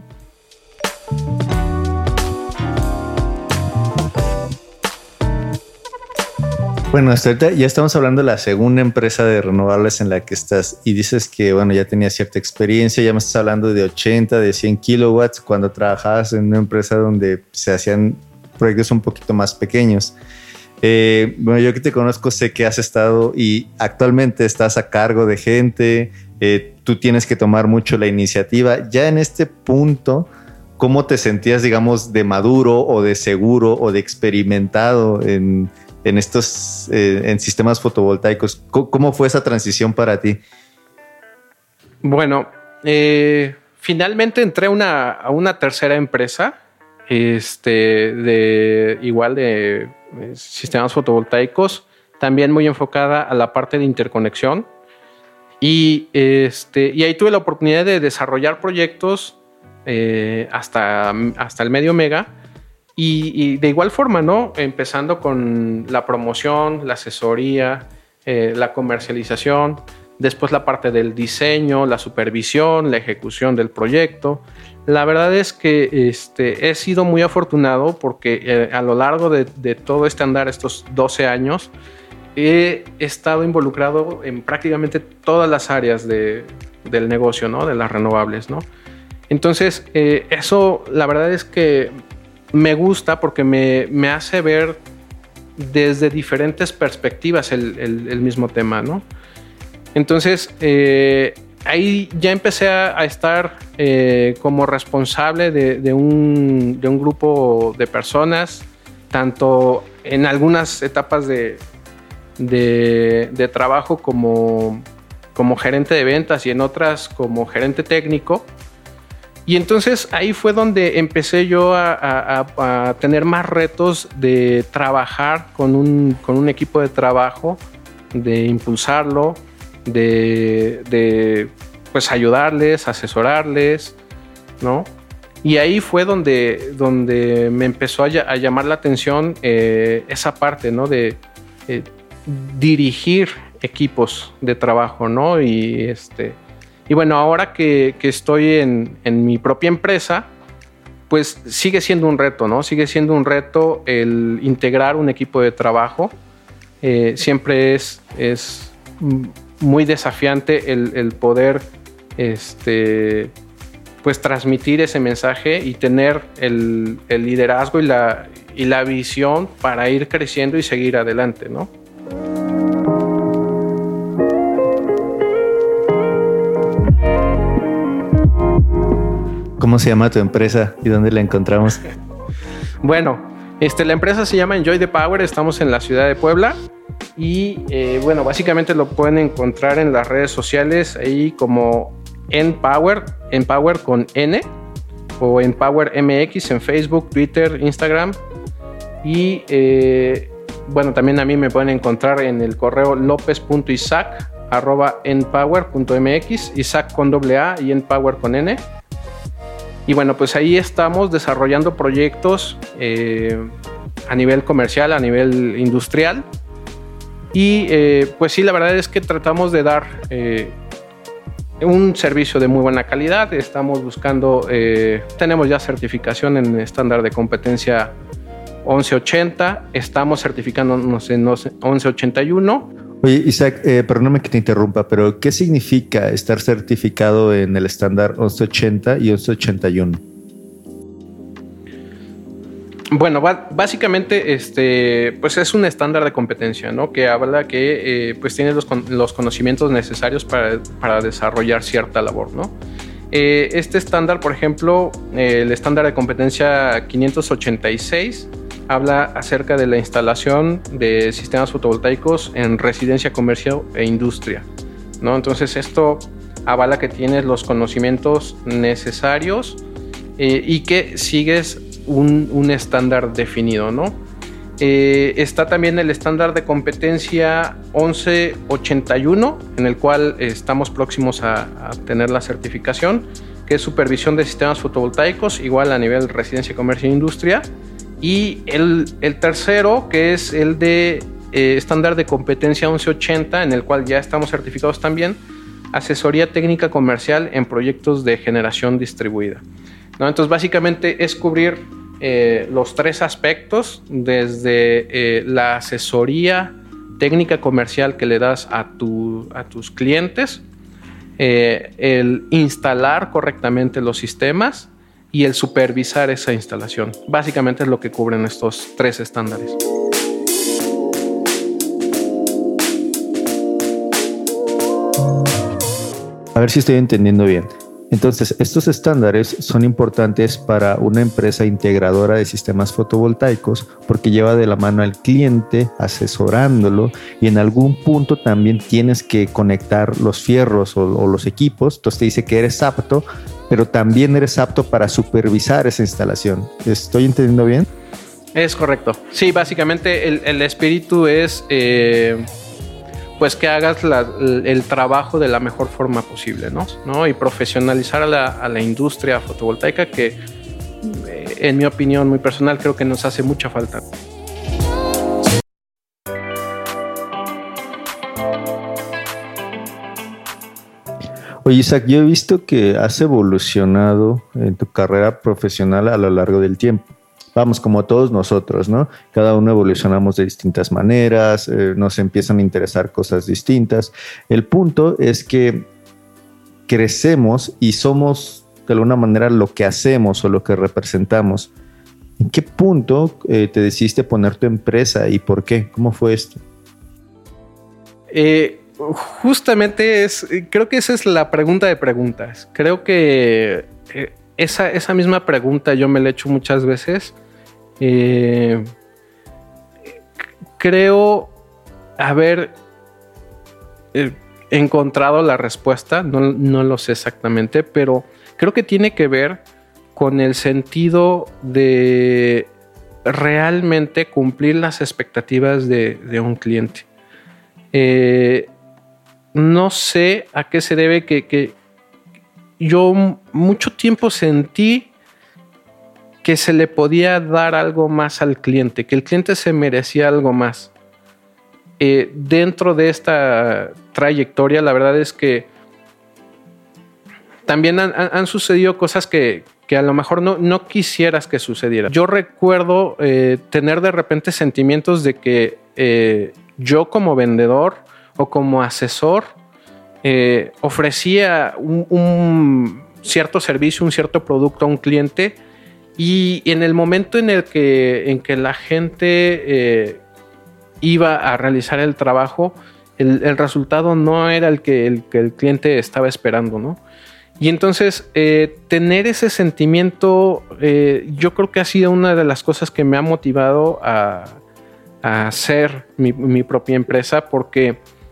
Bueno, hasta ahorita ya estamos hablando de la segunda empresa de renovables en la que estás y dices que, bueno, ya tenías cierta experiencia, ya me estás hablando de 80, de 100 kilowatts cuando trabajabas en una empresa donde se hacían proyectos un poquito más pequeños. Bueno, yo que te conozco sé que has estado y actualmente estás a cargo de gente, tú tienes que tomar mucho la iniciativa. Ya en este punto, ¿cómo te sentías, digamos, de maduro o de seguro o de experimentado en estos en sistemas fotovoltaicos? ¿Cómo fue esa transición para ti? Bueno, finalmente entré a una tercera empresa, igual de sistemas fotovoltaicos, también muy enfocada a la parte de interconexión. Y ahí tuve la oportunidad de desarrollar proyectos hasta el medio mega. Y de igual forma, ¿no? Empezando con la promoción, la asesoría, la comercialización, después la parte del diseño, la supervisión, la ejecución del proyecto. La verdad es que he sido muy afortunado porque a lo largo de todo este andar, estos 12 años, he estado involucrado en prácticamente todas las áreas del negocio, ¿no? De las renovables, ¿no? Entonces, eso la verdad es que me gusta porque me hace ver desde diferentes perspectivas el mismo tema, ¿no? Entonces, ahí ya empecé a estar como responsable de un grupo de personas, tanto en algunas etapas de trabajo como gerente de ventas y en otras como gerente técnico. Y entonces ahí fue donde empecé yo a tener más retos de trabajar con un equipo de trabajo, de impulsarlo, de pues ayudarles, asesorarles, ¿no? Y ahí fue donde me empezó a llamar la atención esa parte, ¿no? De dirigir equipos de trabajo, ¿no? Y bueno, ahora que estoy en mi propia empresa, pues sigue siendo un reto, ¿no? Sigue siendo un reto el integrar un equipo de trabajo. Siempre es muy desafiante el poder pues transmitir ese mensaje y tener el liderazgo y la visión para ir creciendo y seguir adelante, ¿no? ¿Cómo se llama tu empresa y dónde la encontramos? Bueno, la empresa se llama Enjoy the Power, estamos en la ciudad de Puebla y bueno, básicamente lo pueden encontrar en las redes sociales ahí como Enpower con N o Enpower MX en Facebook, Twitter, Instagram y bueno, también a mí me pueden encontrar en el correo lopez.isaac@enpower.mx, Isaac con AA y Enpower con N. Y bueno, pues ahí estamos desarrollando proyectos a nivel comercial, a nivel industrial. Y pues sí, la verdad es que tratamos de dar un servicio de muy buena calidad. Estamos buscando, tenemos ya certificación en estándar de competencia 1180. Estamos certificándonos en 1181. Oye, Isaac, perdóname que te interrumpa, pero ¿qué significa estar certificado en el estándar 1180 y 1181? Bueno, básicamente pues es un estándar de competencia, ¿no? Que habla que pues tiene los conocimientos necesarios para desarrollar cierta labor, ¿no? Este estándar, por ejemplo, el estándar de competencia 586 habla acerca de la instalación de sistemas fotovoltaicos en residencia, comercio e industria, ¿no? Entonces esto avala que tienes los conocimientos necesarios y que sigues un estándar definido, ¿no? Está también el estándar de competencia 1181, en el cual estamos próximos a tener la certificación, que es supervisión de sistemas fotovoltaicos, igual a nivel residencia, comercio e industria. Y el tercero, que es el de estándar de competencia 1180, en el cual ya estamos certificados también, asesoría técnica comercial en proyectos de generación distribuida, ¿no? Entonces, básicamente es cubrir los tres aspectos, desde la asesoría técnica comercial que le das a tus clientes, el instalar correctamente los sistemas y el supervisar esa instalación. Básicamente es lo que cubren estos tres estándares. A ver si estoy entendiendo bien. Entonces, estos estándares son importantes para una empresa integradora de sistemas fotovoltaicos porque lleva de la mano al cliente asesorándolo y en algún punto también tienes que conectar los fierros o los equipos. Entonces te dice que eres apto, pero también eres apto para supervisar esa instalación. ¿Estoy entendiendo bien? Es correcto. Sí, básicamente el espíritu es pues que hagas el trabajo de la mejor forma posible, ¿no? Y profesionalizar a la industria fotovoltaica, que en mi opinión muy personal creo que nos hace mucha falta. Oye, Isaac, yo he visto que has evolucionado en tu carrera profesional a lo largo del tiempo. Vamos, como todos nosotros, ¿no? Cada uno evolucionamos de distintas maneras, nos empiezan a interesar cosas distintas. El punto es que crecemos y somos de alguna manera lo que hacemos o lo que representamos. ¿En qué punto te decidiste poner tu empresa y por qué? ¿Cómo fue esto? Justamente creo que esa es la pregunta de preguntas. Creo que esa misma pregunta yo me la he hecho muchas veces. Creo haber encontrado la respuesta, no lo sé exactamente, pero creo que tiene que ver con el sentido de realmente cumplir las expectativas de un cliente. No sé a qué se debe que yo mucho tiempo sentí que se le podía dar algo más al cliente, que el cliente se merecía algo más. Dentro de esta trayectoria, la verdad es que también han sucedido cosas que a lo mejor no quisieras que sucedieran. Yo recuerdo tener de repente sentimientos de que yo como vendedor o como asesor ofrecía un cierto servicio, un cierto producto a un cliente, y en el momento en que la gente iba a realizar el trabajo, el resultado no era el que el cliente estaba esperando, ¿no? Y entonces tener ese sentimiento yo creo que ha sido una de las cosas que me ha motivado a hacer mi propia empresa, porque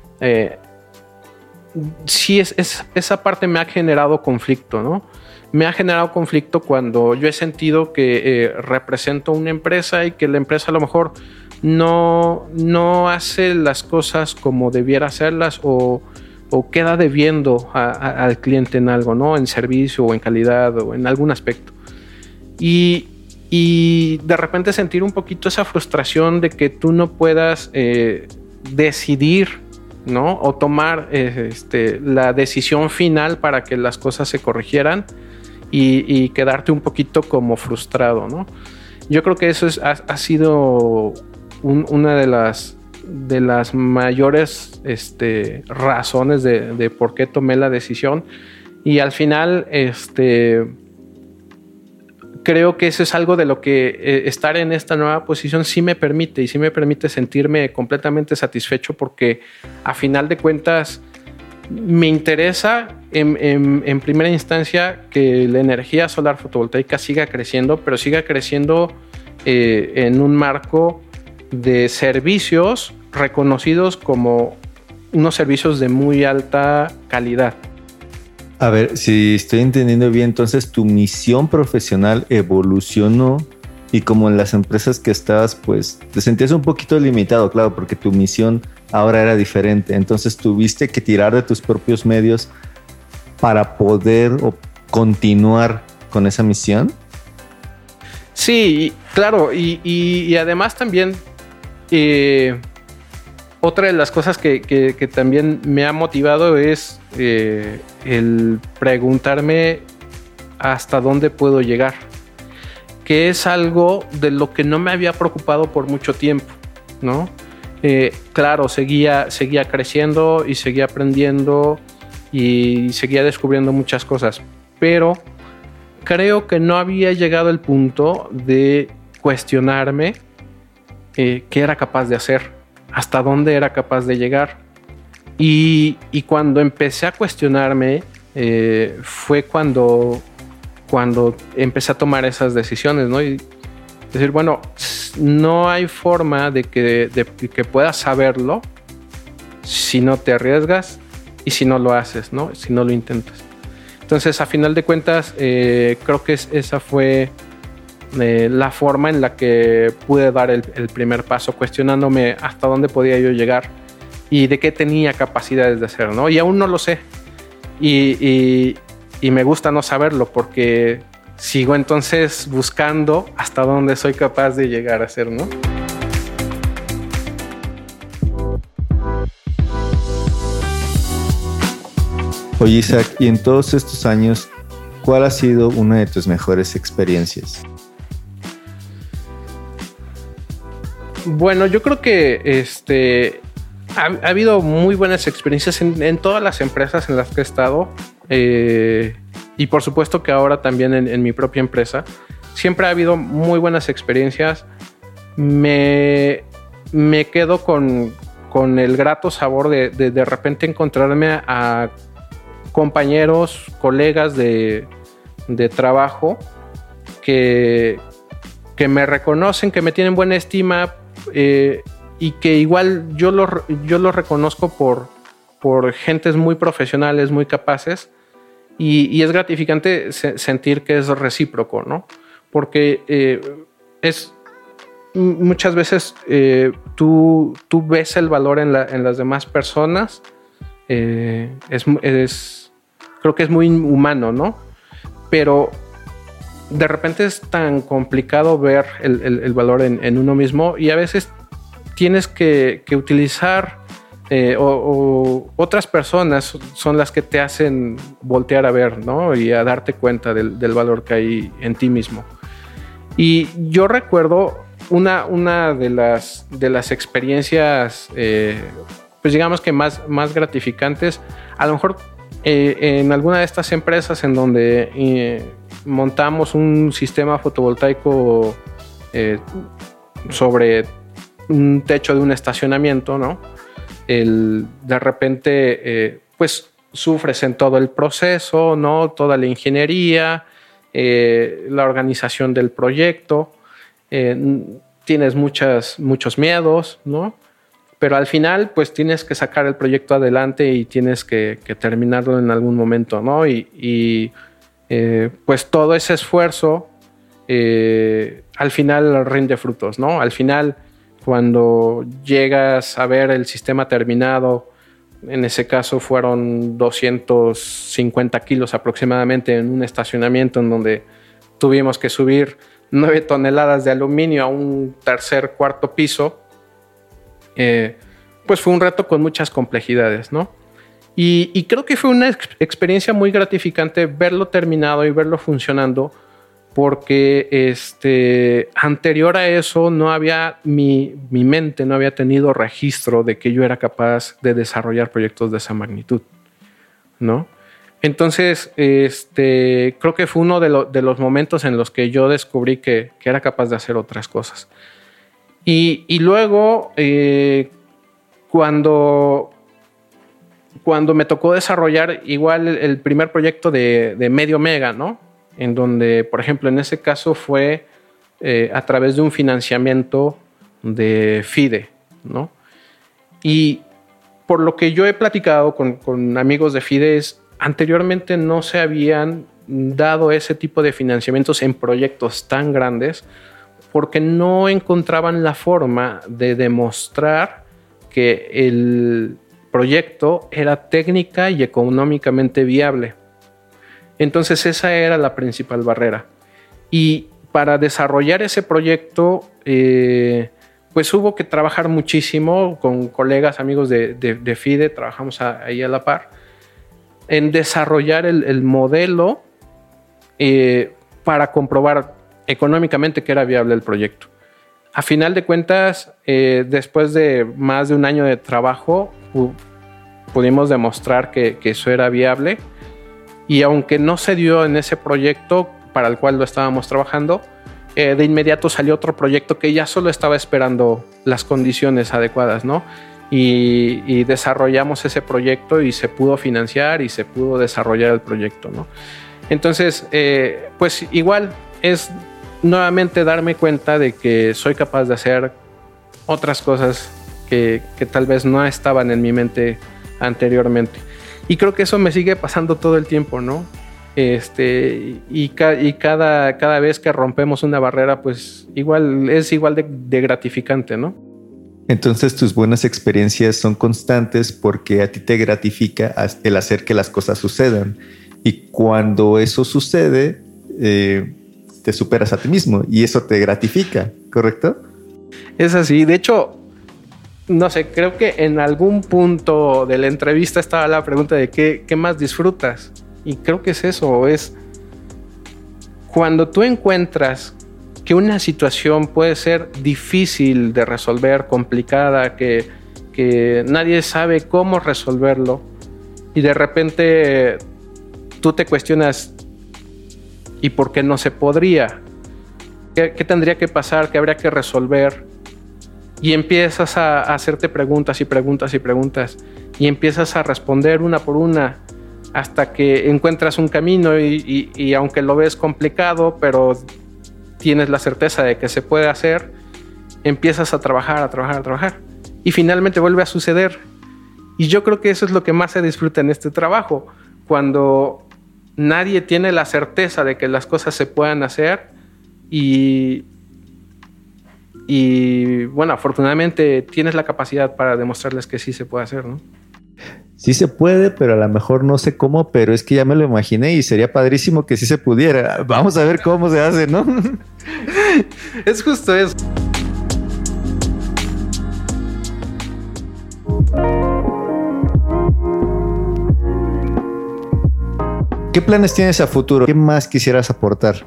sí esa parte me ha generado conflicto, ¿no? Me ha generado conflicto cuando yo he sentido que represento una empresa y que la empresa a lo mejor no hace las cosas como debiera hacerlas, o queda debiendo al cliente en algo, ¿no? En servicio o en calidad o en algún aspecto. Y de repente sentir un poquito esa frustración de que tú no puedas decidir, ¿no? O tomar la decisión final para que las cosas se corrigieran, y quedarte un poquito como frustrado, ¿no? Yo creo que eso ha sido una de las mayores razones de por qué tomé la decisión. Y al final creo que eso es algo de lo que estar en esta nueva posición sí me permite sentirme completamente satisfecho, porque a final de cuentas me interesa en primera instancia que la energía solar fotovoltaica siga creciendo, pero siga creciendo en un marco de servicios reconocidos como unos servicios de muy alta calidad. A ver, si estoy entendiendo bien, entonces tu misión profesional evolucionó, y como en las empresas que estabas, pues te sentías un poquito limitado, claro, porque tu misión ahora era diferente. Entonces tuviste que tirar de tus propios medios para poder continuar con esa misión. Sí, claro, y además también otra de las cosas que también me ha motivado es el preguntarme hasta dónde puedo llegar, que es algo de lo que no me había preocupado por mucho tiempo, ¿no? Claro, seguía creciendo y seguía aprendiendo y seguía descubriendo muchas cosas, pero creo que no había llegado el punto de cuestionarme qué era capaz de hacer, hasta dónde era capaz de llegar. Y cuando empecé a cuestionarme fue cuando empecé a tomar esas decisiones, ¿no? Y decir, bueno, no hay forma de que puedas saberlo si no te arriesgas y si no lo haces, ¿no? Si no lo intentas. Entonces, a final de cuentas, creo que esa fue la forma en la que pude dar el primer paso, cuestionándome hasta dónde podía yo llegar y de qué tenía capacidades de hacer, ¿no? Y aún no lo sé. Y me gusta no saberlo porque sigo entonces buscando hasta dónde soy capaz de llegar a ser, ¿no? Oye, Isaac, y en todos estos años, ¿cuál ha sido una de tus mejores experiencias? Bueno, yo creo que ha habido muy buenas experiencias en todas las empresas en las que he estado. Y por supuesto que ahora también en mi propia empresa. Siempre ha habido muy buenas experiencias. Me quedo con el grato sabor de repente encontrarme a compañeros, colegas de trabajo que me reconocen, que me tienen buena estima, y que igual yo lo reconozco por gentes muy profesionales, muy capaces, y es gratificante sentir que es recíproco, ¿no? Porque es muchas veces tú ves el valor en las demás personas. Creo que es muy humano, ¿no? Pero de repente es tan complicado ver el valor en uno mismo, y a veces tienes que utilizar o otras personas son las que te hacen voltear a ver, ¿no? Y a darte cuenta del valor que hay en ti mismo. Y yo recuerdo una de las experiencias, pues digamos que más gratificantes, a lo mejor en alguna de estas empresas en donde montamos un sistema fotovoltaico sobre un techo de un estacionamiento, ¿no? De repente, pues sufres en todo el proceso, ¿no? Toda la ingeniería, la organización del proyecto, tienes muchos miedos, ¿no? Pero al final, pues tienes que sacar el proyecto adelante y tienes que terminarlo en algún momento, ¿no? Y pues todo ese esfuerzo al final rinde frutos, ¿no? Al final, cuando llegas a ver el sistema terminado, en ese caso fueron 250 kilos aproximadamente en un estacionamiento en donde tuvimos que subir 9 toneladas de aluminio a un cuarto piso. Pues fue un reto con muchas complejidades, ¿no? Y creo que fue una experiencia muy gratificante verlo terminado y verlo funcionando, porque anterior a eso no había mi mente no había tenido registro de que yo era capaz de desarrollar proyectos de esa magnitud, ¿no? Entonces, creo que fue uno de los momentos en los que yo descubrí que era capaz de hacer otras cosas. Y luego, cuando me tocó desarrollar igual el primer proyecto de medio mega, ¿no? En donde, por ejemplo, en ese caso fue a través de un financiamiento de FIDE, ¿no? Y por lo que yo he platicado con amigos de FIDE, anteriormente no se habían dado ese tipo de financiamientos en proyectos tan grandes, porque no encontraban la forma de demostrar que el proyecto era técnica y económicamente viable. Entonces esa era la principal barrera. Y para desarrollar ese proyecto, pues hubo que trabajar muchísimo con colegas, amigos de FIDE, trabajamos ahí a la par, en desarrollar el modelo para comprobar económicamente que era viable el proyecto. A final de cuentas, después de más de un año de trabajo, pudimos demostrar que eso era viable, y aunque no se dio en ese proyecto para el cual lo estábamos trabajando, de inmediato salió otro proyecto que ya solo estaba esperando las condiciones adecuadas, ¿no? Y desarrollamos ese proyecto y se pudo financiar y se pudo desarrollar el proyecto, ¿no? Entonces, pues igual es nuevamente darme cuenta de que soy capaz de hacer otras cosas que tal vez no estaban en mi mente anteriormente. Y creo que eso me sigue pasando todo el tiempo, ¿no? Y cada vez que rompemos una barrera, pues es igual de gratificante, ¿no? Entonces tus buenas experiencias son constantes porque a ti te gratifica el hacer que las cosas sucedan. Y cuando eso sucede, te superas a ti mismo y eso te gratifica, ¿correcto? Es así. De hecho, no sé, creo que en algún punto de la entrevista estaba la pregunta de qué más disfrutas. Y creo que es eso, es cuando tú encuentras que una situación puede ser difícil de resolver, complicada, que nadie sabe cómo resolverlo y de repente tú te cuestionas ¿y por qué no se podría? ¿Qué tendría que pasar? ¿Qué habría que resolver? Y empiezas a hacerte preguntas y preguntas y preguntas y empiezas a responder una por una hasta que encuentras un camino y aunque lo ves complicado, pero tienes la certeza de que se puede hacer, empiezas a trabajar y finalmente vuelve a suceder. Y yo creo que eso es lo que más se disfruta en este trabajo, cuando nadie tiene la certeza de que las cosas se puedan hacer y bueno, afortunadamente tienes la capacidad para demostrarles que sí se puede hacer, ¿no? Sí se puede, pero a lo mejor no sé cómo, pero es que ya me lo imaginé y sería padrísimo que sí se pudiera. Vamos a ver cómo se hace, ¿no? Es justo eso. ¿Qué planes tienes a futuro? ¿Qué más quisieras aportar?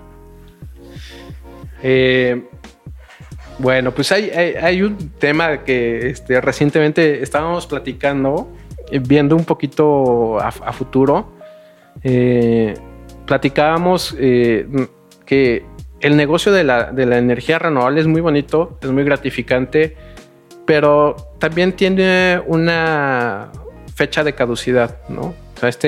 Bueno, pues hay un tema que recientemente estábamos platicando, viendo un poquito a futuro. Platicábamos que el negocio de la energía renovable es muy bonito, es muy gratificante, pero también tiene una fecha de caducidad, ¿no? O sea,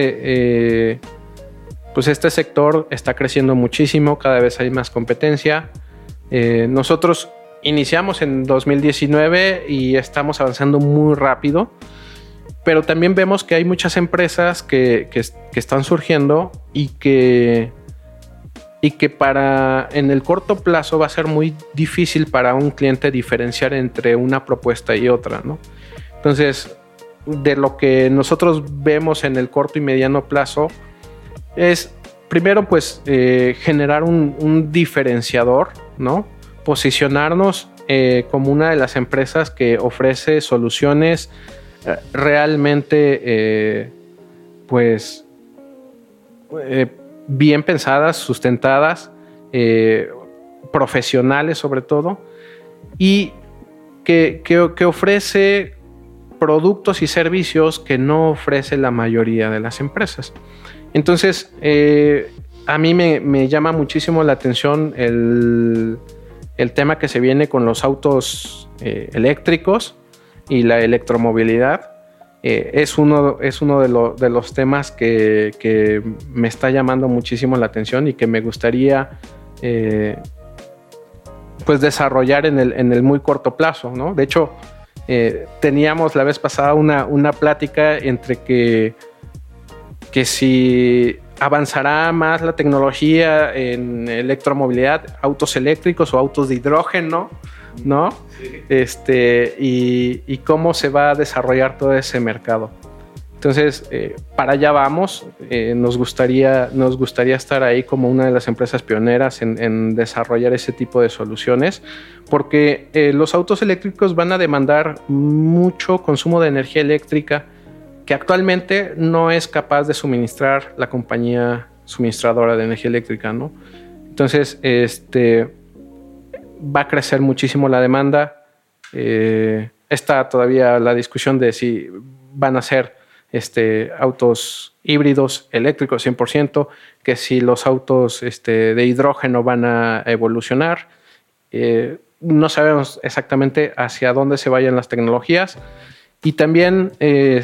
pues este sector está creciendo muchísimo, cada vez hay más competencia. Nosotros iniciamos en 2019 y estamos avanzando muy rápido, pero también vemos que hay muchas empresas que están surgiendo y que en el corto plazo va a ser muy difícil para un cliente diferenciar entre una propuesta y otra, ¿no? Entonces, de lo que nosotros vemos en el corto y mediano plazo es, primero, pues, generar un diferenciador, ¿no? Posicionarnos como una de las empresas que ofrece soluciones realmente bien pensadas, sustentadas, profesionales sobre todo, y que ofrece productos y servicios que no ofrece la mayoría de las empresas. Entonces, a mí me llama muchísimo la atención el tema que se viene con los autos eléctricos y la electromovilidad. Es uno de los temas que me está llamando muchísimo la atención y que me gustaría pues desarrollar en el muy corto plazo, ¿no? De hecho, teníamos la vez pasada una plática entre que si avanzará más la tecnología en electromovilidad, autos eléctricos o autos de hidrógeno, ¿no? Sí. Y cómo se va a desarrollar todo ese mercado. Entonces, para allá vamos. Nos gustaría estar ahí como una de las empresas pioneras en desarrollar ese tipo de soluciones, porque los autos eléctricos van a demandar mucho consumo de energía eléctrica que actualmente no es capaz de suministrar la compañía suministradora de energía eléctrica, ¿no? Entonces, va a crecer muchísimo la demanda. Está todavía la discusión de si van a ser autos híbridos eléctricos 100%, que si los autos de hidrógeno van a evolucionar. No sabemos exactamente hacia dónde se vayan las tecnologías y también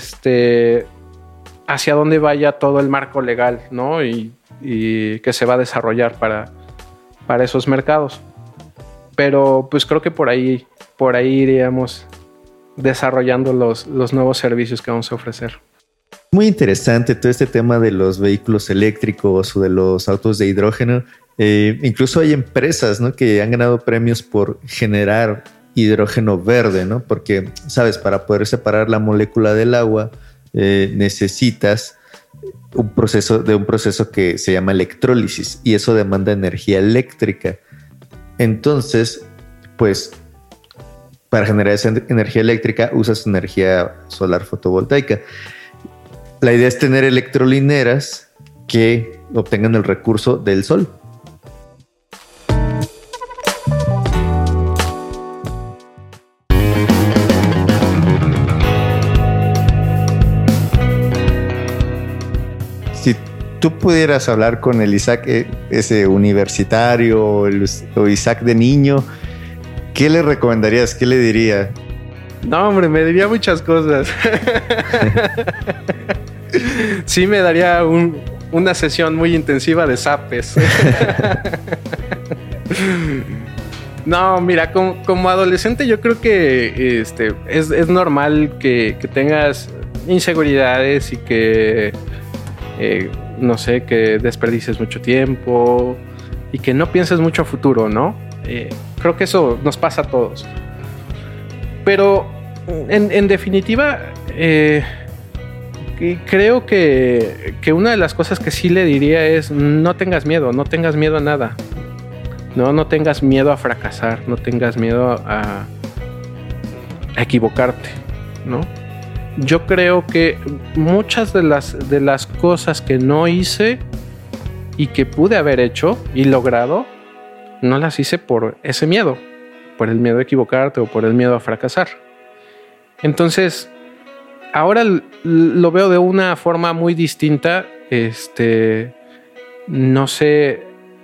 hacia dónde vaya todo el marco legal, ¿no? Y que se va a desarrollar para esos mercados. Pero pues creo que por ahí iríamos desarrollando los nuevos servicios que vamos a ofrecer. Muy interesante todo este tema de los vehículos eléctricos o de los autos de hidrógeno. Incluso hay empresas, ¿no?, que han ganado premios por generar hidrógeno verde, ¿no? Porque, sabes, para poder separar la molécula del agua necesitas un proceso que se llama electrólisis, y eso demanda energía eléctrica. Entonces, pues, para generar esa energía eléctrica usas energía solar fotovoltaica. La idea es tener electrolineras que obtengan el recurso del sol. Si tú pudieras hablar con el Isaac, ese universitario o Isaac de niño, ¿qué le recomendarías? ¿Qué le diría? No, hombre, me diría muchas cosas. Sí, me daría una sesión muy intensiva de zapes. No, mira, como adolescente yo creo que es normal que tengas inseguridades y que, no sé, que desperdicies mucho tiempo y que no pienses mucho a futuro, ¿no? Creo que eso nos pasa a todos. Pero en definitiva, creo que una de las cosas que sí le diría es: no tengas miedo a nada. No tengas miedo a fracasar, no tengas miedo a equivocarte, ¿no? Yo creo que muchas de las cosas que no hice y que pude haber hecho y logrado, no las hice por ese miedo, por el miedo a equivocarte o por el miedo a fracasar. Entonces, ahora lo veo de una forma muy distinta. No sé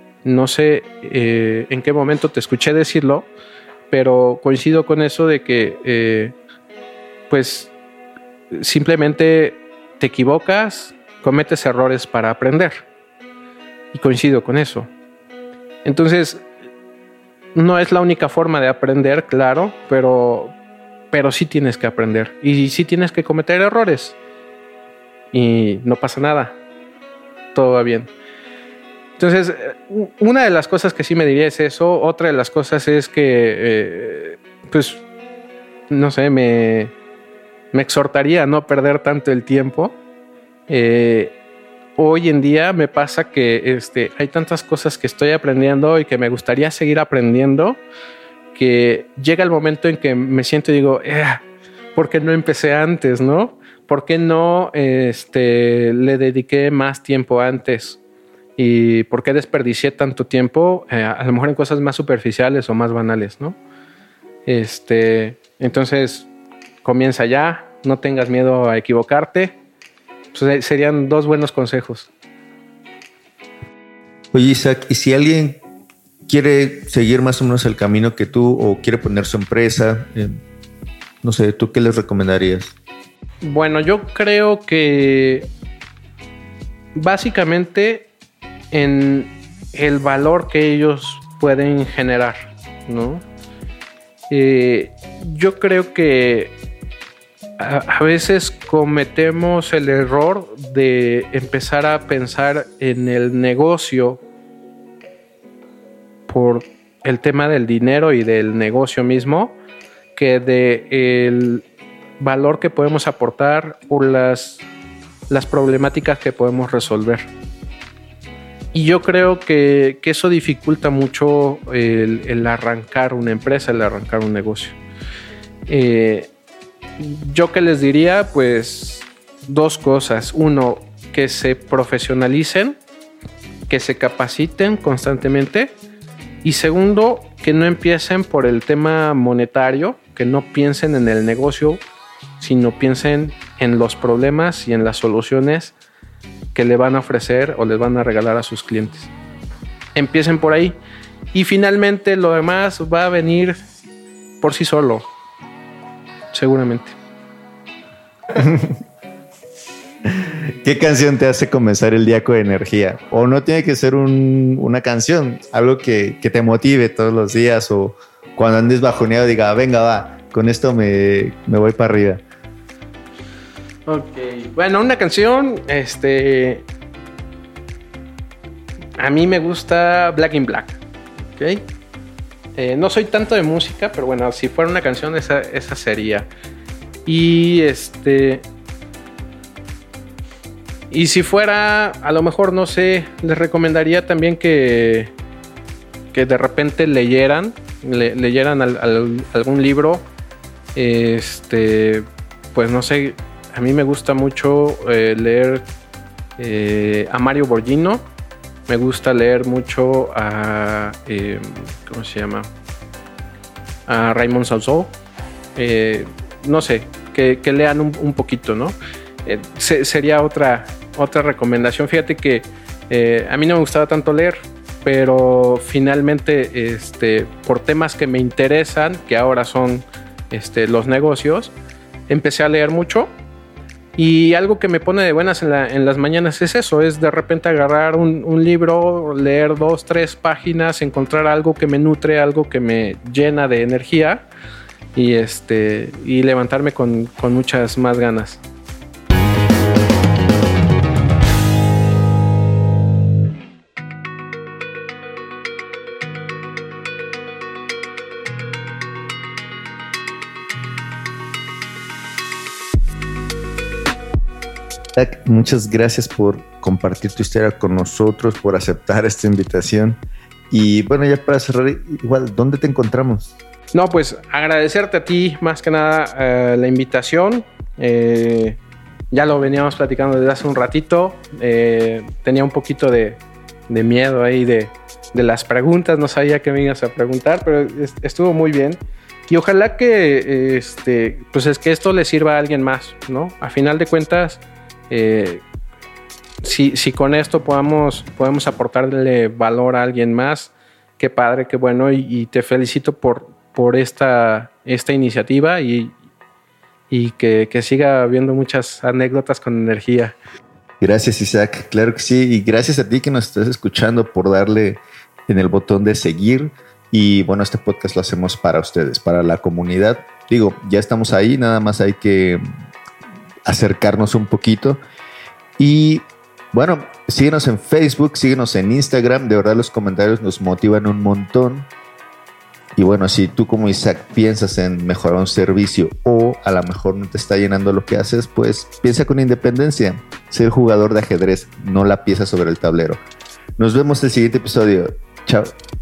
en qué momento te escuché decirlo, pero coincido con eso de que pues simplemente te equivocas, cometes errores para aprender, y coincido con eso. Entonces, no es la única forma de aprender, claro, pero sí tienes que aprender y sí tienes que cometer errores y no pasa nada, todo va bien. Entonces, una de las cosas que sí me diría es eso. Otra de las cosas es que, pues, no sé, me exhortaría a no perder tanto el tiempo. Hoy en día me pasa que hay tantas cosas que estoy aprendiendo y que me gustaría seguir aprendiendo, que llega el momento en que me siento y digo, ¿por qué no empecé antes, no? ¿Por qué no le dediqué más tiempo antes? ¿Y por qué desperdicié tanto tiempo? A lo mejor en cosas más superficiales o más banales, ¿no? Entonces, comienza ya, no tengas miedo a equivocarte. Pues serían dos buenos consejos. Oye, Isaac, ¿y si alguien quiere seguir más o menos el camino que tú o quiere poner su empresa, no sé, ¿tú qué les recomendarías? Bueno, yo creo que básicamente en el valor que ellos pueden generar, ¿no? Yo creo que a veces cometemos el error de empezar a pensar en el negocio por el tema del dinero y del negocio mismo, que del valor que podemos aportar o las problemáticas que podemos resolver. Y yo creo que eso dificulta mucho el arrancar una empresa, el arrancar un negocio. Yo que les diría, pues, dos cosas. Uno, que se profesionalicen, que se capaciten constantemente. Y segundo, que no empiecen por el tema monetario, que no piensen en el negocio, sino piensen en los problemas y en las soluciones que le van a ofrecer o les van a regalar a sus clientes. Empiecen por ahí y finalmente lo demás va a venir por sí solo, seguramente. ¿Qué canción te hace comenzar el día con energía? O no tiene que ser una canción, algo que te motive todos los días, o cuando andes bajoneado diga, venga, va, con esto me voy para arriba. Ok, bueno, una canción, a mí me gusta Black in Black, ¿ok? No soy tanto de música, pero bueno, si fuera una canción, esa sería. Y y si fuera, a lo mejor, no sé, les recomendaría también que de repente leyeran algún libro. Pues no sé, a mí me gusta mucho leer a Mario Borghino. Me gusta leer mucho a ¿cómo se llama? A Raymond Sauzou. No sé, que lean un poquito, ¿no? Sería otra recomendación. Fíjate que a mí no me gustaba tanto leer, pero finalmente por temas que me interesan, que ahora son los negocios, empecé a leer mucho. Y algo que me pone de buenas en las mañanas es eso, es de repente agarrar un libro, leer 2-3 páginas, encontrar algo que me nutre, algo que me llena de energía y levantarme con muchas más ganas. Zach, muchas gracias por compartir tu historia con nosotros, por aceptar esta invitación. Y bueno, ya para cerrar, igual, ¿dónde te encontramos? No, pues agradecerte a ti más que nada la invitación. Ya lo veníamos platicando desde hace un ratito. Tenía un poquito de miedo ahí de las preguntas. No sabía qué me ibas a preguntar, pero estuvo muy bien. Y ojalá que, pues es que esto le sirva a alguien más, ¿no? A final de cuentas, si con esto podemos aportarle valor a alguien más, qué padre, qué bueno, y te felicito por esta iniciativa y que siga habiendo muchas anécdotas con energía. Gracias, Isaac, claro que sí, y gracias a ti que nos estás escuchando por darle en el botón de seguir. Y bueno, este podcast lo hacemos para ustedes, para la comunidad. Digo, ya estamos ahí, nada más hay que acercarnos un poquito. Y bueno, síguenos en Facebook, síguenos en Instagram. De verdad los comentarios nos motivan un montón. Y bueno, si tú como Isaac piensas en mejorar un servicio o a lo mejor no te está llenando lo que haces, pues piensa con independencia. Ser jugador de ajedrez, no la pieza sobre el tablero. Nos vemos en el siguiente episodio. Chao.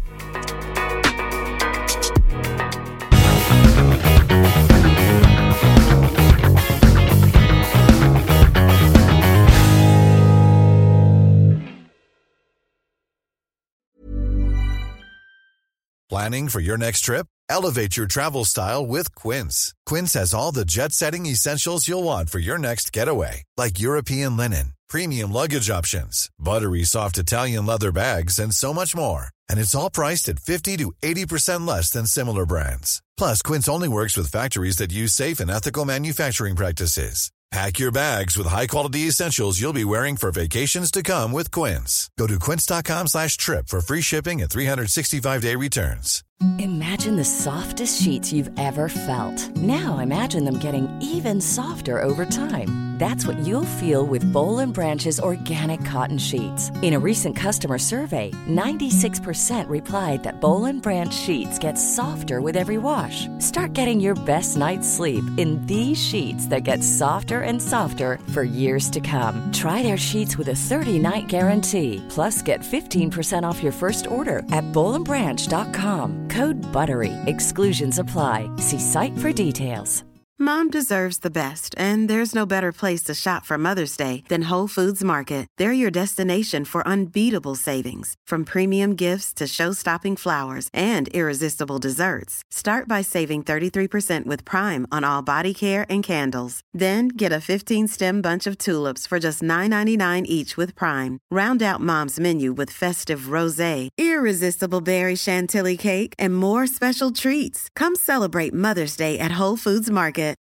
Planning for your next trip? Elevate your travel style with Quince. Quince has all the jet-setting essentials you'll want for your next getaway, like European linen, premium luggage options, buttery soft Italian leather bags, and so much more. And it's all priced at 50 to 80% less than similar brands. Plus, Quince only works with factories that use safe and ethical manufacturing practices. Pack your bags with high-quality essentials you'll be wearing for vacations to come with Quince. Go to quince.com/trip for free shipping and 365-day returns. Imagine the softest sheets you've ever felt. Now imagine them getting even softer over time. That's what you'll feel with Boll & Branch's organic cotton sheets. In a recent customer survey, 96% replied that Boll & Branch sheets get softer with every wash. Start getting your best night's sleep in these sheets that get softer and softer for years to come. Try their sheets with a 30-night guarantee. Plus, get 15% off your first order at bollandbranch.com. Code BUTTERY. Exclusions apply. See site for details. Mom deserves the best, and there's no better place to shop for Mother's Day than Whole Foods Market. They're your destination for unbeatable savings, from premium gifts to show-stopping flowers and irresistible desserts. Start by saving 33% with Prime on all body care and candles. Then get a 15-stem bunch of tulips for just $9.99 each with Prime. Round out Mom's menu with festive rosé, irresistible berry chantilly cake, and more special treats. Come celebrate Mother's Day at Whole Foods Market.